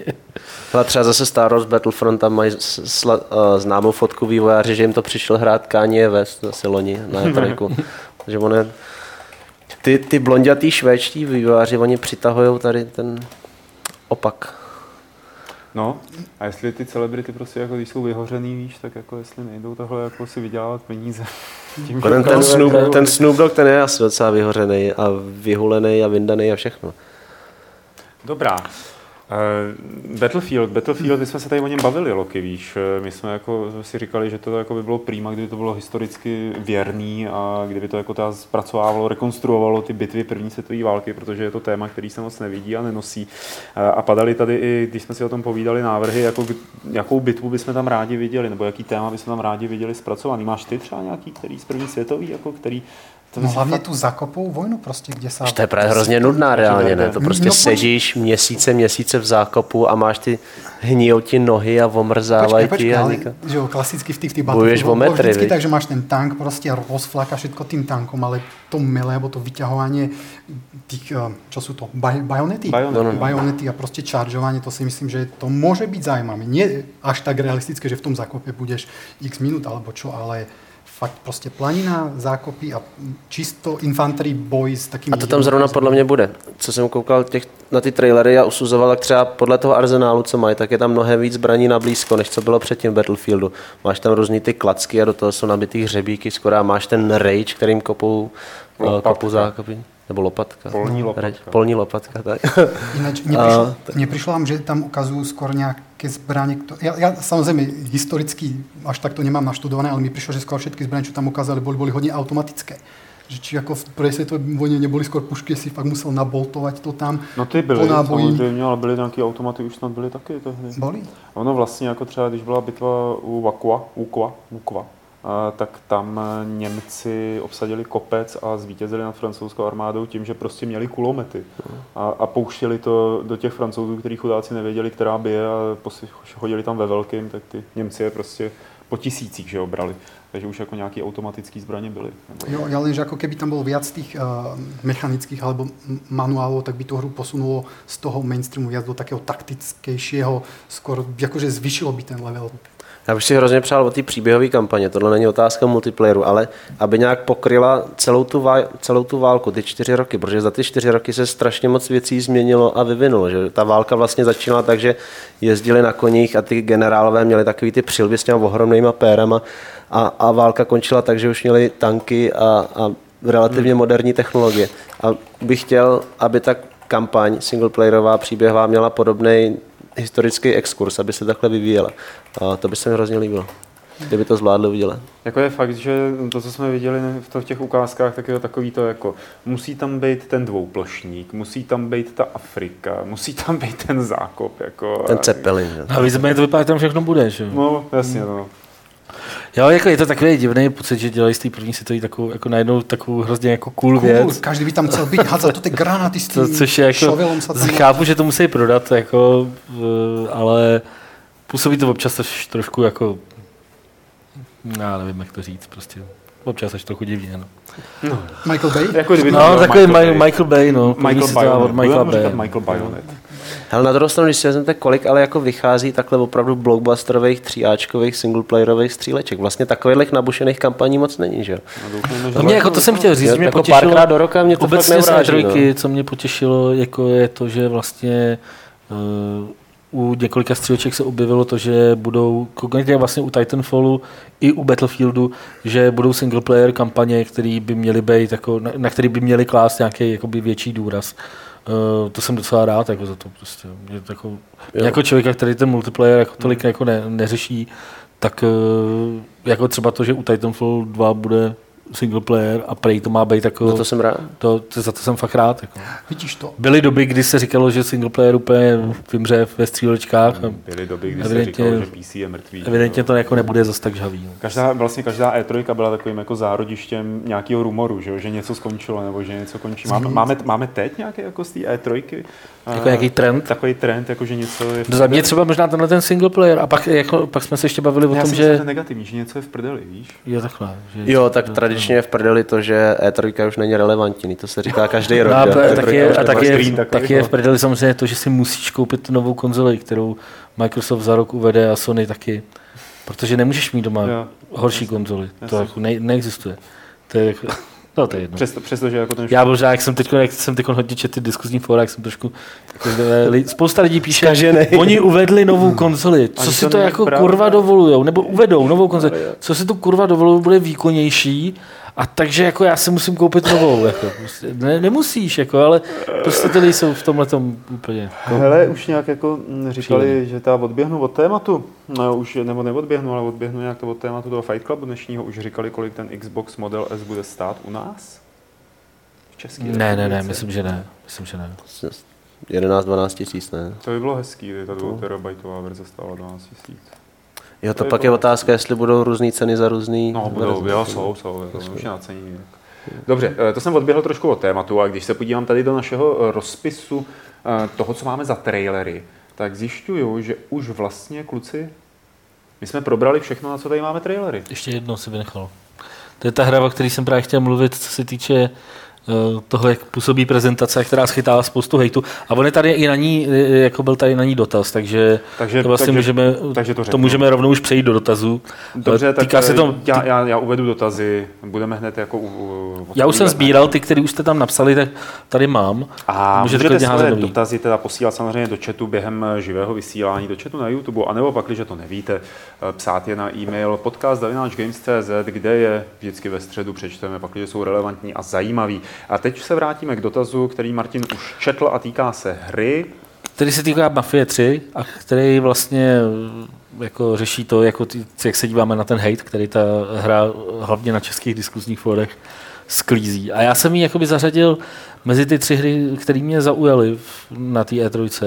Ale třeba zase Star Wars Battlefront, tam mají sla, uh, známou fotku vývojáři, že jim to přišel hrát Kanye West zase loni na E tři. Takže on je, Ty, ty blondětý švédští vývojáři, oni přitahují tady ten opak. No, a jestli ty celebrity prostě jako když jsou vyhořený, víš, tak jako jestli nejdou takhle jako si vydělávat peníze. Tím, ten, ten, Snoop, ten Snoop Dogg, ten je asi docela vyhořený a vyhulený a vyndaný a všechno. Dobrá. Uh, Battlefield, Battlefield, my jsme se tady o něm bavili, Loki, víš, my jsme jako si říkali, že to jako by bylo prima, kdyby to bylo historicky věrný a kdyby to jako ta zpracovávalo, rekonstruovalo ty bitvy první světové války, protože je to téma, který se moc nevidí a nenosí. Uh, a padaly tady i, když jsme si o tom povídali, návrhy, jako, jakou bitvu bychom tam rádi viděli, nebo jaký téma bychom tam rádi viděli zpracovaný. Máš ty třeba nějaký, který z první světový, jako který no hlavně fakt... tu zákopovou vojnu prostě, kde se... To je právě hrozně nudná reálně, ne? To prostě no, sedíš měsíce, měsíce v zákopu a máš ty hníjou ti nohy a omrzávají ti. Ale, že jo, klasicky v těch tých bojuješ o metry, vždycky tak, že máš ten tank, prostě rozfláka všetko tým tankom, ale to milé, alebo to vyťahovanie tých, čo sú to, bajonety? Bajonety. Bajonety a prostě čaržovanie, to si myslím, že to môže byť zaujímavé. Nie až tak realistické, že v tom zákope budeš x minút alebo čo, ale fakt prostě planina, zákopy a čisto infantery boj s takými... A to tam zrovna podle mě bude. Co jsem koukal těch, na ty trailery a usuzoval, tak třeba podle toho arzenálu, co mají, tak je tam mnohem víc zbraní na blízko, než co bylo předtím v Battlefieldu. Máš tam různý ty klacky a do toho jsou nabitý hřebíky skoro a máš ten rage, kterým kopou, kopou zákopy. Nebo lopatka. Polní lopatka. Polní lopatka, tak. Ináč, neprišlo, neprišlo vám, že tam ukazujú skôr nejaké zbranie, ktoré... Ja, ja samozrejme historicky až tak to nemám naštudované, ale mi prišlo, že skôr všetky zbranie, čo tam ukázali, boli, boli hodne automatické. Že či ako v prvej svetovej vojne neboli skôr pušky, si fakt musel naboltovať to tam. No ty byly, samozřejmě, ale byly nějaké automaty, už snad byly taky tehdy. Boli? Ono vlastně jako třeba, když byla bitva u Vakua, Ukva, Ukva, a tak tam Němci obsadili kopec a zvítězili nad francouzskou armádou tím, že prostě měli kulomety a, a pouštěli to do těch Francouzů, kteří chudáci nevěděli, která bije a chodili tam ve velkým, tak ty Němci je prostě po tisících, že obrali. Takže už jako nějaké automatické zbraně byly. Jo, ja len, že ako keby tam bol viac tých uh, mechanických alebo manuálov, tak by tú hru posunulo z toho mainstreamu viac do takého taktickejšieho, skoro akože zvyšilo by ten level. Já bych si hrozně přál o té příběhové kampaně, tohle není otázka multiplayeru, ale aby nějak pokryla celou tu, vál, celou tu válku, ty čtyři roky, protože za ty čtyři roky se strašně moc věcí změnilo a vyvinulo, že ta válka vlastně začínala tak, že jezdili na koních a ty generálové měli takový ty přilby s těma ohromnýma pérama a, a válka končila tak, že už měli tanky a, a relativně moderní technologie. A bych chtěl, aby ta kampaň singleplayerová příběhová měla podobný historický exkurs, aby se takhle vyvíjela. A to by se mi hrozně líbilo, kdyby to zvládli udělat. Jako je fakt, že to, co jsme viděli v těch ukázkách, tak je to takový to jako, musí tam být ten dvouplošník, musí tam být ta Afrika, musí tam být ten zákop. Jako, ten Zeppelin. A víceméně to vypadá, že tam všechno bude, že? No, jasně, no. Jo, jako je to takový divný pocit, že dělají z té první světové takovou, jako najednou takovou hrozně jako cool, cool věc. Každý by tam chcel být, hádzal to ty granáty s tím to, což je jako, šovelom. chápu, že to musí prodat, jako, ale působí to občas až trošku jako, já nevím, jak to říct, prostě občas až trochu divně, no. No. Michael Bay? Jako no, takový Michael Bay, Michael Bay no. Michael Bayonet, Michael Bay. Michael Bayonet. Hele, na druhou stranu, když si vezmete, kolik ale jako vychází takhle opravdu blockbusterových, tříáčkových, singleplayerových stříleček. Vlastně takových nabušených kampaní moc není, že jo? No mě, jako to jsem chtěl říct, že mě jako potěšilo, párkrát do roka mě to fakt neuráží, trojky, no. Co mě potěšilo, jako je to, že vlastně uh, u několika stříleček se objevilo to, že budou, konkrétně vlastně u Titanfallu i u Battlefieldu, že budou singleplayer kampaně, které by měly být, jako, na, na které by měly klást nějaký jakoby větší důraz. Uh, to jsem docela rád jako za to prostě. Je to jako, jako člověka, který ten multiplayer jako tolik jako ne, neřeší, tak uh, jako třeba to, že u Titanfall dva bude single player a prej to má být jako... No to jsem rád. To, to, za to jsem fakt rád. Jako. Vidíš to. Byly doby, kdy se říkalo, že single player úplně vymře ve střílečkách. Byly doby, kdy se říkalo, že P C je mrtvý. Evidentně to jako nebude zas tak žhavý. No. Každá, vlastně každá E tři byla takovým jako zárodištěm nějakého rumoru, že, že něco skončilo nebo že něco končí. Máme, máme, máme teď nějaký jako z té E tři? Jako nějaký trend? Takový trend, jako že něco je v Za mě třeba možná tenhle ten single player a pak, jako, pak jsme se ještě bavili o Já tom, si že... Já si negativní, že něco je v prdeli, víš? Jo, takhle. Že jo, tak tradičně je v prdeli to, že E tři už není relevantní, to se říká každý rok. No, a tak je, a tak je, screen, tak je v prdeli samozřejmě to, že si musíš koupit tu novou konzoli, kterou Microsoft za rok uvede a Sony taky. Protože nemůžeš mít doma jo, horší jasný, konzoli. To jasný. Jako ne, neexistuje. To je jako... No, to je jedno. Přesto, přesto, že jako ten... Já bože, jak jsem teď, jak jsem teď hodně četl ty diskuzní fóra, jak jsem trošku... Spousta lidí píše, Zkaženej. Oni uvedli novou konzoli, co si to, to jako pravda. Kurva dovolujou, nebo uvedou novou konzoli, co si to kurva dovolujou, bude výkonnější, a takže jako já si musím koupit novou. Jako. Ne, nemusíš, jako, ale prostě ty jsou v tomhletom úplně... Hele, už nějak jako říkali, Přijde. že ta odběhnu od tématu, no, už, nebo neodběhnu, ale odběhnu nějak to od tématu toho Fight Clubu dnešního, už říkali, kolik ten Xbox Model S bude stát u nás? V České republice? Ne, ne, ne, myslím, že ne. Myslím, že ne. jedenáct dvanáct tisíc, ne? To by bylo hezký, kdyby ta dvou terabajtová verze stála dvanáct tisíc. Jo, to, to pak je otázka, jestli budou různý ceny za různý... No, budou, jo, jsou, jsou, to už je na cení. Dobře, to jsem odběhl trošku od tématu a když se podívám tady do našeho rozpisu toho, co máme za trailery, tak zjišťuju, že už vlastně, kluci, my jsme probrali všechno, na co tady máme trailery. Ještě jedno si vynechal. To je ta hra, o které jsem právě chtěl mluvit, co se týče toho, jak působí prezentace, která schytala spoustu hejtu. A on je tady i na ní, jako byl tady na ní dotaz, takže, takže to vlastně takže, můžeme, takže to, to můžeme rovnou už přejít do dotazů. Dobře, Týká tak se to, já, já, já uvedu dotazy, budeme hned jako... U, u, já už jsem sbíral ty, které už jste tam napsali, tak tady mám. A můžete, můžete své dotazy teda posílat samozřejmě do chatu během živého vysílání, do chatu na YouTube, anebo pak, když to nevíte, psát je na e-mail podcast zavináč games tečka cé zet, kde je vždycky ve středu přečteme, pak, když jsou relevantní a zajímaví. A teď se vrátíme k dotazu, který Martin už četl a týká se hry. Který se týká Mafie tři a který vlastně jako řeší to, jako ty, jak se díváme na ten hate, který ta hra hlavně na českých diskuzních fórech sklízí. A já jsem ji jakoby zařadil mezi ty tři hry, které mě zaujaly na té E tři.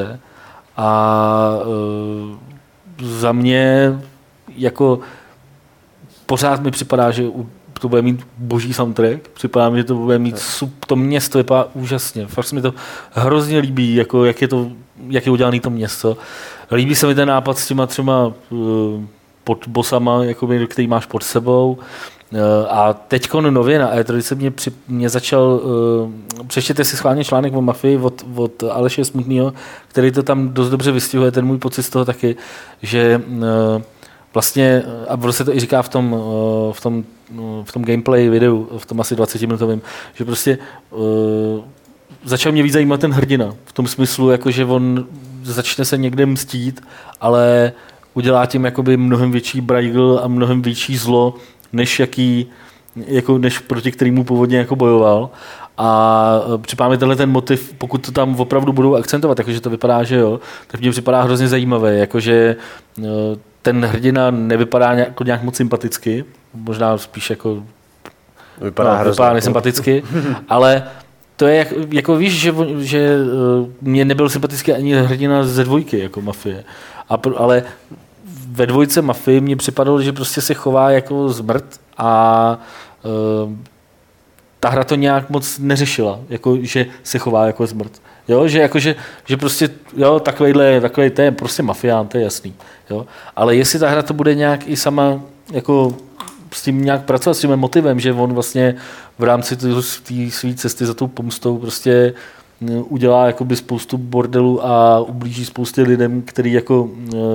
A e, za mě jako pořád mi připadá, že to bude mít boží soundtrack, připadá mi, že to bude mít sub, to město vypadá úžasně, fakt se mi to hrozně líbí, jako jak je to, jak je udělané to město. Líbí se mi ten nápad s těma třema uh, pod bosama, jakoby, který máš pod sebou. Uh, a teďko nově na E tři mě, při, mě začal, uh, přečtěte si schválně článek o Mafii od, od Aleše Smutnýho, který to tam dost dobře vystihuje, ten můj pocit z toho taky, že uh, vlastně, a ono se to i říká v tom, v tom, v tom gameplay videu, v tom asi dvacetiminutovém, že prostě uh, začal mě víc zajímat ten hrdina. V tom smyslu, jako že on začne se někde mstít, ale udělá tím jakoby mnohem větší brajgl a mnohem větší zlo, než jaký, jako než proti kterému původně jako bojoval. A připadá mi tenhle ten motiv, pokud to tam opravdu budou akcentovat, jakože to vypadá, že jo, tak mě připadá hrozně zajímavé, jakože ten hrdina nevypadá nějak, jako nějak moc sympaticky, možná spíš jako vypadá, no, hrozně, vypadá nesympaticky, ale to je jako, jako víš, že, že mě nebyl sympatický ani hrdina ze dvojky, jako Mafie, a, ale ve dvojce Mafii mně připadalo, že prostě se chová jako zmrt a uh, ta hra to nějak moc neřešila, jako, že se chová jako zmrt. Jo, že, jako, že, že prostě, jo, takovejhle, takovej, to je prostě mafián, to je jasný. Jo. Ale jestli ta hra to bude nějak i sama, jako s tím nějak pracovat, s tím motivem, že on vlastně v rámci té své cesty za tou pomstou prostě udělá jakoby spoustu bordelů a ublíží spoustě lidem, který jako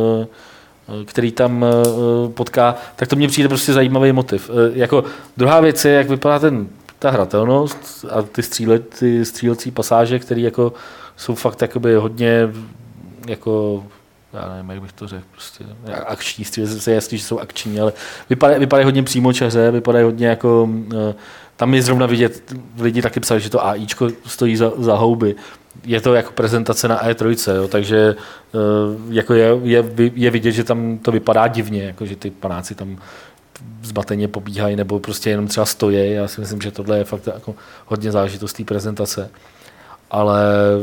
který tam potká, tak to mně přijde prostě zajímavý motiv. Jako druhá věc je, jak vypadá ten ta hratelnost a ty, stříle, ty střílecí pasáže, které jako jsou fakt jakoby hodně jako, já nevím, jak bych to řekl, prostě akční, stříleci je jasný, že jsou akční, ale vypadají, vypadají hodně přímočaře, vypadají hodně jako, tam je zrovna vidět, lidi taky psali, že to AIčko stojí za, za houby. Je to jako prezentace na E tři, jo, takže jako je, je, je vidět, že tam to vypadá divně, jako že ty panáci tam zmateně pobíhají nebo prostě jenom třeba stojí. Já si myslím, že tohle je fakt jako hodně záležitost té prezentace. Ale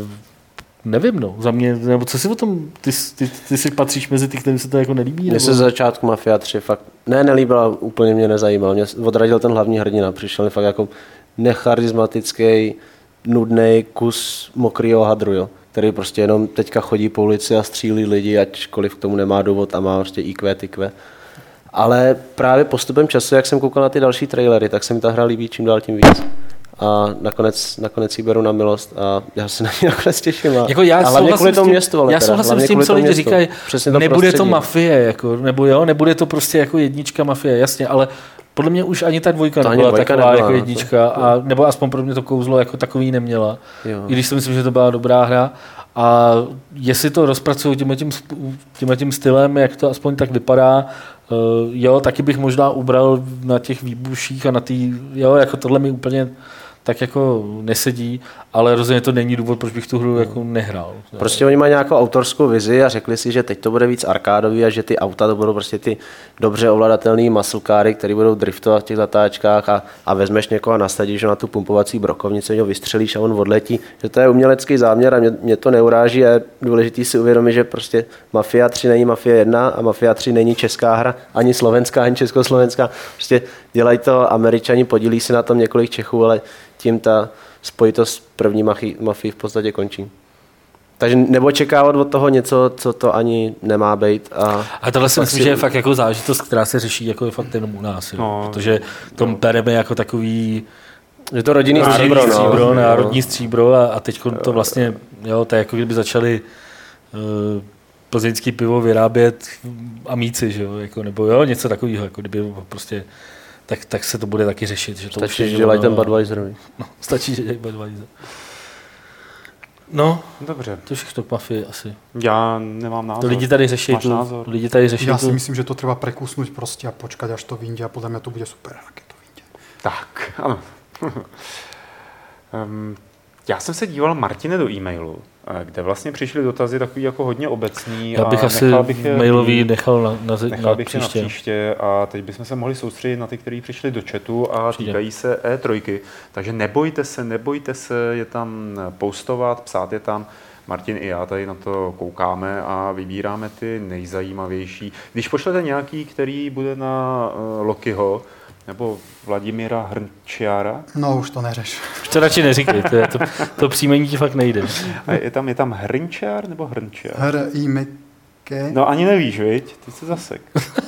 nevím, no, za mě, nebo co si o tom, ty, ty, ty si patříš mezi ty, kterým se to jako nelíbí? Mně nebo? se z začátku Mafia tři fakt, ne, nelíbila, úplně mě nezajímal. Mě odradil ten hlavní hrdina, přišel mi fakt jako necharizmatický, nudný kus mokrýho hadru, jo, který prostě jenom teďka chodí po ulici a střílí lidi, ačkoliv k tomu nemá důvod a má prostě í kvé, ty kvé. Ale právě postupem času, jak jsem koukal na ty další trailery, tak se mi ta hra líbí čím dál tím víc. A nakonec, nakonec ji beru na milost a já se na ní nakonec těším. A, jako já a hlavně kvůli tomu městu. Ale já teda, souhlasím s tím, co lidi říkají, nebude prostředí. to Mafie, jako, nebo jo, nebude to prostě jako jednička Mafie, jasně, ale podle mě už ani ta dvojka to nebyla dvojka taková nebyla, jako jednička, to, a, nebo aspoň pro mě to kouzlo jako takový neměla. Jo. I když si myslím, že to byla dobrá hra. A jestli to rozpracují tímhle tím, tímhle tím stylem, jak to aspoň tak vypadá, uh, jo, taky bych možná ubral na těch výbuších a na tý, jo, jako tohle mi úplně tak jako nesedí, ale rozhodně to není důvod, proč bych tu hru jako nehrál. Prostě oni mají nějakou autorskou vizi a řekli si, že teď to bude víc arkádový a že ty auta to budou prostě ty dobře ovladatelný muscle cary, které budou driftovat v těch zatáčkách a, a vezmeš někoho a nasadíš ho na tu pumpovací brokovnici, ho vystřelíš a on odletí. Že to je umělecký záměr a mě, mě to neuráží a je důležitý si uvědomit, že prostě Mafia tři není Mafia jedna a Mafia tři není česká hra, ani slovenská, ani československá. Prostě dělají to Američani, podílí si na tom několik Čechů, ale tím ta spojitost první Mafii v podstatě končí. Takže nebo čekávat od toho něco, co to ani nemá být. A, a tohle si myslím, si... že je fakt jako záležitost, která se řeší jako je fakt jenom u nás. No, protože to no. bereme jako takový že to rodinný stříbro, stříbro no. národní stříbro a, a teď to vlastně, jo, to je jako kdyby začali uh, plzeňský pivo vyrábět amíci, že jo, jako, nebo jo, něco takového, jako kdyby prostě Tak, tak se to bude taky řešit. Že to stačí, už že dělají ten Budweiserový. No, stačí, že dělají Budweiser. No, dobře. To všechno k Mafii asi. Já nemám názor. To lidi tady řeší. Máš názor? Lidi tady řeší. Já si myslím, že to třeba prekusnout prostě a počkat, až to vyjde a podle mě to bude super, jak to vyjde. Tak, ano. um, já jsem se díval, Martine, do e-mailu, kde vlastně přišly dotazy takový jako hodně obecný. Já bych a asi bych je, mailový nechal na, na, nechal na bych příště. na příště a teď bychom se mohli soustředit na ty, kteří přišli do chatu a Přijde. týkají se E tři. Takže nebojte se, nebojte se je tam postovat, psát je tam. Martin i já tady na to koukáme a vybíráme ty nejzajímavější. Když pošlete nějaký, který bude na uh, Lokiho, nebo Vladimíra Hrnčiára? No, už to neřeš. Už to radši neříkej, to, je to, to příjmení ti fakt nejde. A je tam, je tam Hrnčiár nebo Hrnčiár? Hr i meké. No ani nevíš, viď? Ty se zasek.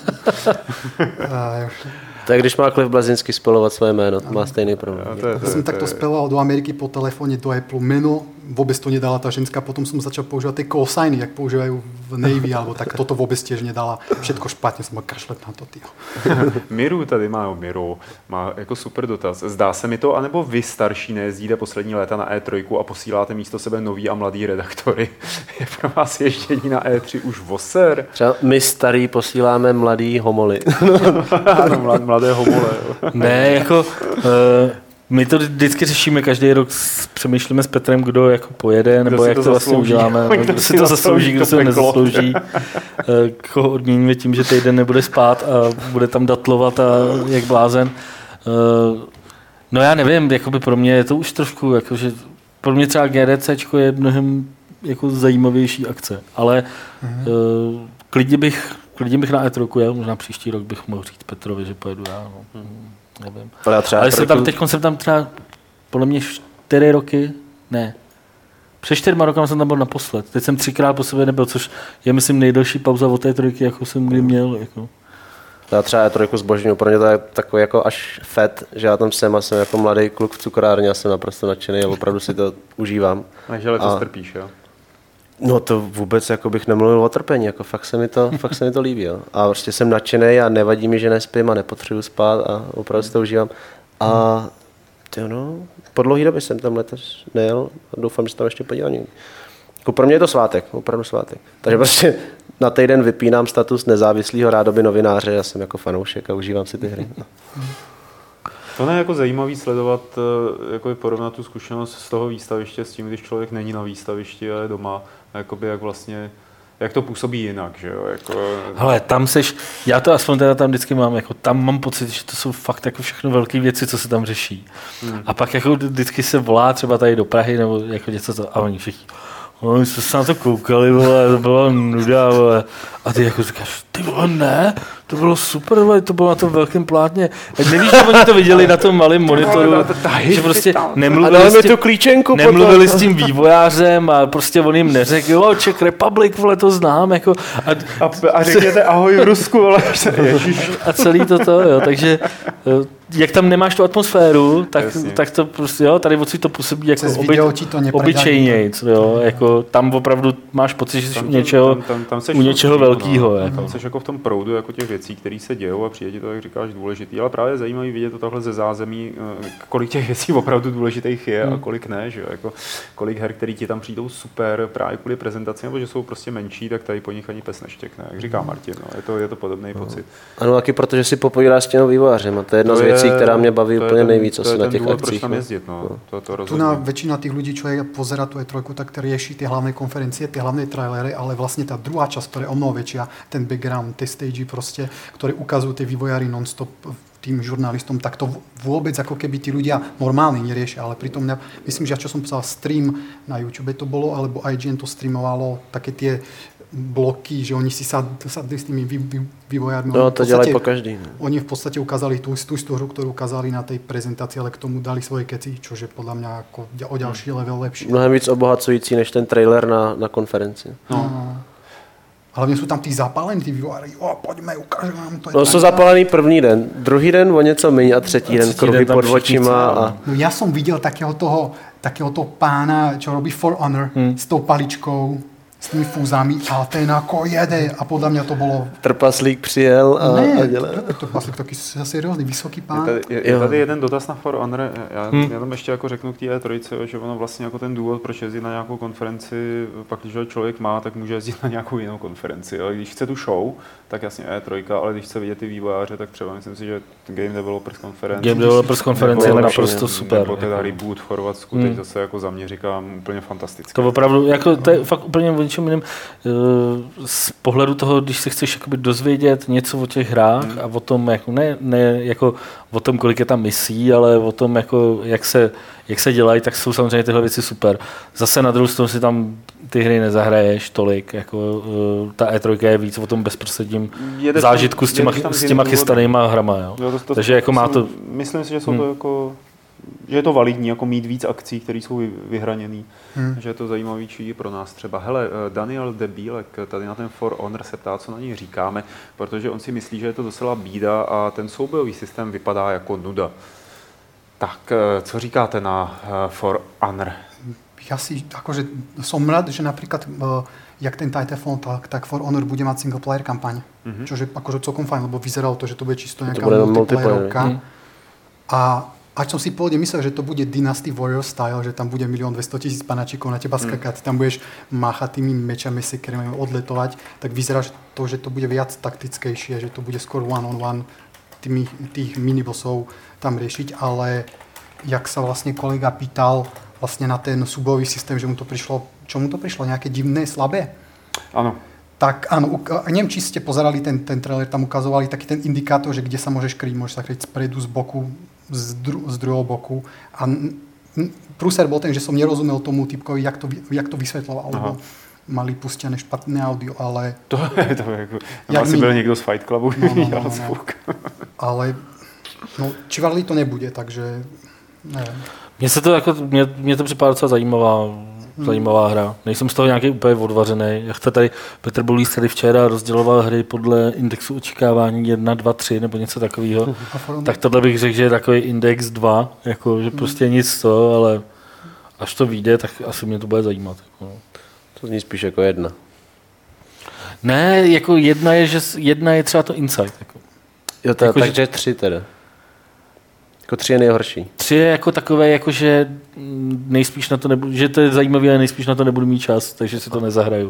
To je, když má Cliff Bleszinski spelovat své jméno, má stejný problém. Ja som takto speloval do Ameriky po telefóne, do Apple meno, vôbec to nedala tá ženská, potom som začal používať tie call signy, jak používajú v Navy, alebo tak toto vôbec tiež nedala. Všetko špatne, som mal kašlet na to, tyho. Miru tady má, Miru, má jako super dotaz. Zdá se mi to, anebo vy starší nejezdíte poslední léta na E tři a posíláte místo sebe nový a mladý redaktory? Je pro vás ježdění na E tři už voser? Třeba my starý posíláme mladý homoly. Ano, mlad, mladé homole. Ne, jako uh, my to vždycky řešíme každý rok, přemýšlíme s Petrem, kdo jako pojede, nebo jak to, to vlastně uděláme, kdo, kdo si to zaslouží, kdo si to nezaslouží, koho odměníme tím, že týden nebude spát a bude tam datlovat a jak blázen. Uh, no já nevím, jakoby pro mě je to už trošku, jakože pro mě třeba GDCčko je mnohem jako zajímavější akce, ale mm-hmm. uh, klidně bych Klidně bych na E tři, já možná příští rok bych mohl říct Petrovi, že pojedu já. No. Hmm. Nevím. Ale, Ale jsem tam, teď jsem tam třeba podle mě čtyři roky, ne, před čtyřma rokama jsem tam byl naposled. Teď jsem třikrát po sobě nebyl, což je myslím nejdelší pauza od té trojky, jakou jsem kdy měl. Jako. Já třeba E tři zbožňuju, pro mě to je takový jako až fet, že já tam jsem a jsem jako mladý kluk v cukrárně a jsem naprosto nadšený a opravdu si to užívám. Takže letos strpíš, jo? No to vůbec jako bych nemluvil o trpení, jako fakt se mi to, fakt se mi to líbí. Jo. A prostě jsem nadšený a nevadí mi, že nespím a nepotřebuji spát a opravdu si to užívám. A tyjo, no, po dlouhý době jsem tam letos nejel a doufám, že se tam ještě podívám někdy. Jako pro mě je to svátek, opravdu svátek. Takže prostě na týden vypínám status nezávislého rádoby novináře, já jsem jako fanoušek a užívám si ty hry. No. To je jako zajímavý sledovat, jako porovnat tu zkušenost z toho výstaviště s tím, když člověk není na výstavišti a je doma, a jakoby jak vlastně, jak to působí jinak, že jo? Jako... Hele, tam seš, já to aspoň teda tam vždycky mám, jako tam mám pocit, že to jsou fakt jako všechno velké věci, co se tam řeší. Hmm. A pak jako vždycky se volá třeba tady do Prahy nebo jako něco to, a oni všichni, oni jsme se na to koukali, vole, to byla nuda, vole. A ty jako říkáš, ty vole, ne, to bylo super, vole, to bylo na tom velkém plátně. Tak nevíš, že oni to viděli na tom malém monitoru, že prostě nemluvili, s tím, klíčenku nemluvili s tím vývojářem a prostě on jim neřekl, jo, Czech Republic, vole, to znám, jako. A, a, a řekněte ahoj v Rusku, vole, ježiš. A celý toto, jo, takže jak tam nemáš tu atmosféru, tak, tak to prostě, jo, tady odsud to působí jako oby, obyčejnějc, jo, jako tam opravdu máš pocit, že jsi u něčeho, tam, tam, tam u něčeho velkýho. No, jako. Tam jsi jako v tom proudu jako těch věcí, které se dějou a přijde ti to, jak říkáš, důležitý, ale právě je zajímavý vidět to takhle ze zázemí, kolik těch věcí opravdu důležitých je hmm. a kolik ne, že jo, jako kolik her, který ti tam přijdou super právě kvůli prezentaci, nebo že jsou prostě menší, tak tady po nich ani pes neštěkne, jak říká Martin, no, je to, je to podobný no. pocit. Ano, taky protože si popovídáš s těmi vývojářem a to je jedna to z věcí, je, která mě baví úplně ten, nejvíc, co si na těch důvod, akcích. Tam jezdit, no. No. To, to tu na väčšina tých ľudí, čo je pozerá tu E tři, tak rieši tie hlavné konferencie, tie hlavné trailery, ale vlastne tá druhá časť, ktorá je o mnoho väčšia, ten background, tie stage proste, ktoré ukazujú tie vývojári non-stop tým žurnalistom, tak to vôbec ako keby tí ľudia normálne neriešia, ale pritom ne, myslím, že čo som psal stream na YouTube to bolo, alebo I G N to streamovalo, také tie bloky, že oni si sadli s tými vý, vý, vývojármi. No, to dělají po každý. Ne? Oni v podstate ukázali tú, tú istú hru, ktorú ukázali na tej prezentácii, ale k tomu dali svoje keci, čo je podľa mňa ako o ďalší level lepšie. Mnohem víc obohacující než ten trailer na, na konferenci. No. no. Hlavně jsou tam ty zapálení, ty vývojáři, o, pojďme, ukážu vám to. No, jsou zapálený první den, druhý den o něco méně a třetí a den kruhy pod očima. A... No, já jsem viděl takého toho, takého toho pána, čo robí For Honor hmm. s tou paličkou, s tými fúzami a ten ako jede a podľa mňa to bolo... Trpaslík přijel a, ne, a dělá. Trpaslík taky seriózní, vysoký pán. Je tady, je, je tady jeden dotaz na For Honor. Já, hmm. já tam ještě jako řeknu k té E tři, že ono vlastně jako ten důvod, proč jezdit na nějakou konferenci, pak když člověk má, tak může jezdit na nějakou jinou konferenci. Ale když chce tu show, tak jasně E tři, ale když chce vidět ty vývojáře, tak třeba myslím si, že Game Developers Conference... Game Developers Conference je naprosto super. Nebo teda Reboot v Chorvatsku, hmm. teď zase jako za mě říkám úplně fantastické. To opravdu, jako to je fakt úplně o něčem jiném. Z pohledu toho, když se chceš jakoby dozvědět něco o těch hrách hmm. a o tom, jako ne, ne jako o tom, kolik je tam misí, ale o tom, jako, jak, se, jak se dělají, tak jsou samozřejmě tyhle věci super. Zase na druhou stranu si tam ty hry nezahraješ tolik, jako uh, ta E tři je víc o tom bezprostředním jede zážitku tam, s těma, tam s těma chystanýma hrama. Jo? Jo, to, to, Takže jako myslím, má to... Myslím si, že jsou hmm. to jako... že je to validní, jako mít víc akcí, které jsou vyhraněné. Hmm. Že je to zajímavější pro nás třeba. Hele, Daniel de Bílek tady na ten For Honor se ptá, co na něj říkáme, protože on si myslí, že je to docela bída a ten soubojový systém vypadá jako nuda. Tak, co říkáte na For Honor? Ja si, akože som rád, že napríklad jak ten Titanfall, tak, tak For Honor bude mať single player kampaň. Mm-hmm. Čo je akože celkom fajn, lebo vyzeralo to, že to bude čisto nejaká multiplayerovka. Mm. A až som si pôvodne myslel, že to bude Dynasty Warrior style, že tam bude milión dvestotisíc panačikov na teba skakať, mm. tam budeš máchať tými mečami, sekerami, odletovať, tak vyzerá že to, že to bude viac taktickejšie, že to bude skôr one on one tými, tých minibossov tam riešiť, ale jak sa vlastne kolega pýtal vlastne na ten súbojový systém, že mu to prišlo, čo mu to prišlo, nejaké divné, slabé? Áno. Tak áno, neviem, či ste pozerali ten, ten trailer, tam ukazovali taký ten indikátor, že kde sa môžeš kryť, môžeš sa kryť spredu, z boku, z, dru, z druhého boku. A prúser bol ten, že som nerozumel tomu typkovi, jak to, jak to vysvetloval, alebo mali pustené špatné audio, ale... To je to, jako, tam asi byl někdo z Fight Clubu. No, no, no, no, no. Ale no, čivarli to nebude, takže neviem. Mně se to jako, mě, mě to připadá docela zajímavá, zajímavá hra. Nejsem z toho nějaký úplně odvařený. Jak to tady Petr Bolíz tady včera rozděloval hry podle indexu očekávání jedna, dva, tři nebo něco takového. Tak tohle bych řekl, že je takový index dva, jako, že prostě nic to, ale až to vyjde, tak asi mě to bude zajímat. Jako. To zní spíš jako jedna. Ne, jako jedna je, že jedna je třeba to Insight. Jako. Jo, to, jako, takže že... tři teda. Jako tři je nejhorší. Tři je jako takové, jako že nejspíš na to nebudu, že to je zajímavé, ale nejspíš na to nebudu mít čas, takže si to nezahraju.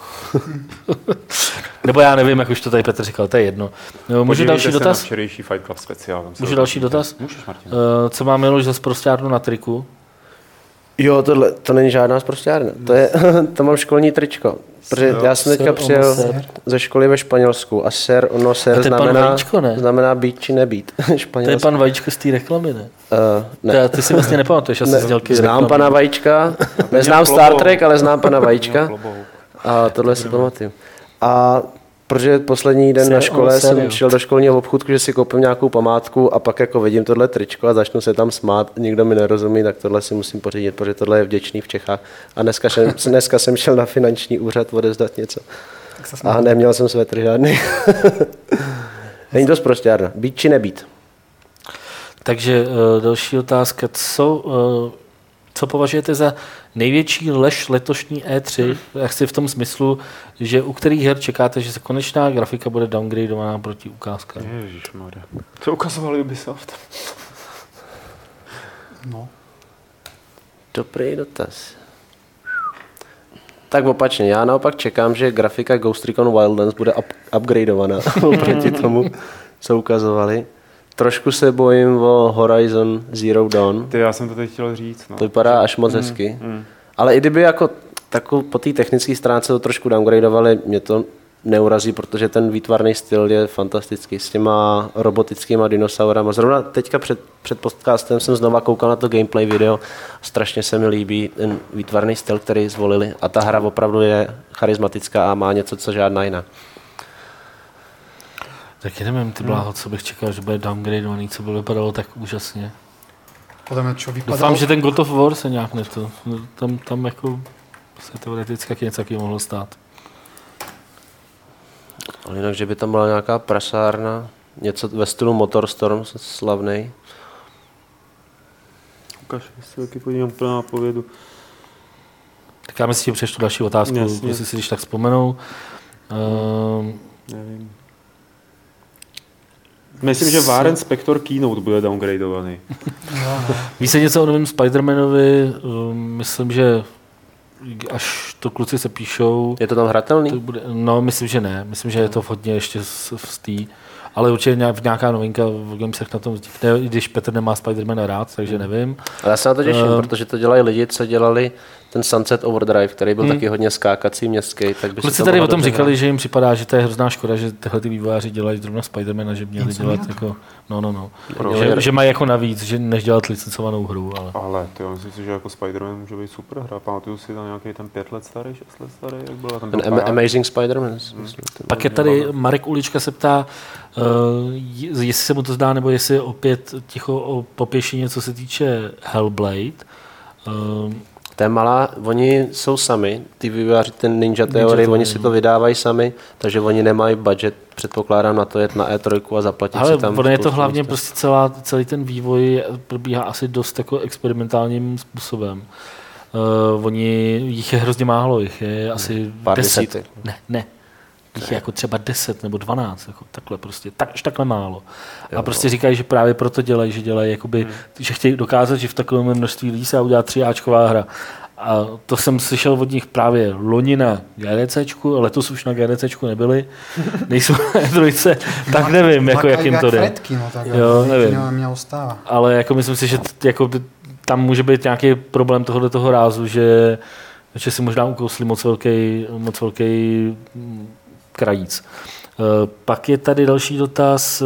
Nebo já nevím, jak už to tady Petr říkal, to je jedno. No, můžu další dotaz? Na včerejší Fight Club speciál. Můžu další dotaz? Můžeš, Martin. Uh, co má Miloš za sprosťárnu na triku? Jo, tohle, to není žádná sprosťárna. To, je, to mám školní tričko. Protože jo, já jsem teďka přijel ze školy ve Španělsku a ser, ono ser znamená, Vajíčko, znamená být či nebýt. To je pan Vajíčko z té reklamy, ne? Uh, ne. Teda, ty si vlastně nepamatuješ asi ne, z dělky znám reklamy. pana Vajíčka, neznám Star Trek, ale znám pana Vajíčka. A tohle si pamatuju. A protože poslední den na škole jsem šel do školního obchůdku, že si koupím nějakou památku a pak jako vidím tohle tričko a začnu se tam smát, nikdo mi nerozumí, tak tohle si musím pořídit, protože tohle je vděčný v Čechách. A dneska jsem, dneska jsem šel na finanční úřad odevzdat něco. A neměl jsem svetr žádný. Není to sprosťárna. Být či nebýt? Takže uh, další otázka. Co, uh, co považujete za největší lež letošní E tři, jak si v tom smyslu, že u kterých her čekáte, že se konečná grafika bude downgradovaná proti ukázkám? Ježišmarja. Co ukazovali Ubisoft? No. Dobrý dotaz. Tak opačně, já naopak čekám, že grafika Ghost Recon Wildlands bude up, upgradeovaná proti tomu, co ukazovali. Trošku se bojím o Horizon Zero Dawn. Ty, já jsem to teď chtěl říct. No. To vypadá až moc mm, hezky. Mm. Ale i kdyby jako takovou, po té technické stránce to trošku downgradovali, mě to neurazí, protože ten výtvarný styl je fantastický s těma robotickýma dinosaurama. Zrovna teďka před, před podcastem jsem znova koukal na to gameplay video. Strašně se mi líbí ten výtvarný styl, který zvolili. A ta hra opravdu je charismatická a má něco, co žádná jiná. Tak já nevím, ty bláho, co bych čekal, že bude downgradovaný, co by vypadalo tak úžasně. Podle čo vypadalo... Doufám, že ten God of War se nějak neto. Tam, tam jako se teoreticky něco taky mohlo stát. Ale jinak, že by tam byla nějaká prasárna, něco ve stylu Motorstorm slavnej. Ukaž, jestli taky podívám pro nápovědu. Tak já myslím, že přečtu další otázku, Jasně. jestli si když tak vzpomenou. Um, Nevím. Myslím, že Warren Spector Keynote bude downgradovaný. Ví se něco o novém Spider-Manovi? Myslím, že až to kluci se píšou... Je to tam hratelný? To bude, no, myslím, že ne. Myslím, že je to hodně ještě z tý. ale určitě nějaká novinka v Gamesech na tom vznikne, i když Petr nemá Spidermana rád, takže nevím. Ale já se na to těším, uh, protože to dělají lidi, co dělali ten Sunset Overdrive, který byl hmm. taky hodně skákací, městský. Tak by Kluci tady o tom říkali, dělat. Že jim připadá, že to je hrozná škoda, že tyhle ty vývojáři dělají zrovna Spidermana, že měli dělat jako, no, no, no, no že, že mají jako navíc, že než dělat licencovanou hru. Ale, ale ty, myslím si, že jako Spider-Man může být super hra. Pamatuju si tam nějaký ten pět let starý, šest let starý, jak byla tam. Ten am- Amazing Spider-Man. Hmm. Pak je tady, Marek Ulička se ptá, uh, jestli se mu to zdá, nebo jestli opět ticho o popěšení, co se týče Hellblade. Uh, To je malá, oni jsou sami, ty vývojáři, ten Ninja Theory, oni si to vydávají sami, takže oni nemají budget, předpokládám, na to jet na E tři a zaplatit ale si tam. Ale je to hlavně místa. Prostě celá, celý ten vývoj probíhá asi dost jako experimentálním způsobem. Uh, oni, jich je hrozně málo, jich je asi Pár deset. Desety. Ne, ne. Jich je jako třeba deset nebo dvanáct, jako takhle prostě, tak, až takhle málo. Jo, a prostě říkají, že právě proto dělají, že dělají, jakoby, hmm. že chtějí dokázat, že v takovém množství lidí se udělá třiáčková hra. A to jsem slyšel od nich právě loni na GDCčku, letos už na GDCčku nebyli, nejsou na trojce, tak nevím, jako, jak jim to jde. Fredky, no, tak jo, nevím. Ale jako myslím si, že t, jako, tam může být nějaký problém tohoto toho rázu, že, že si možná ukousli moc velký, moc velký krajíc. Pak je tady další dotaz,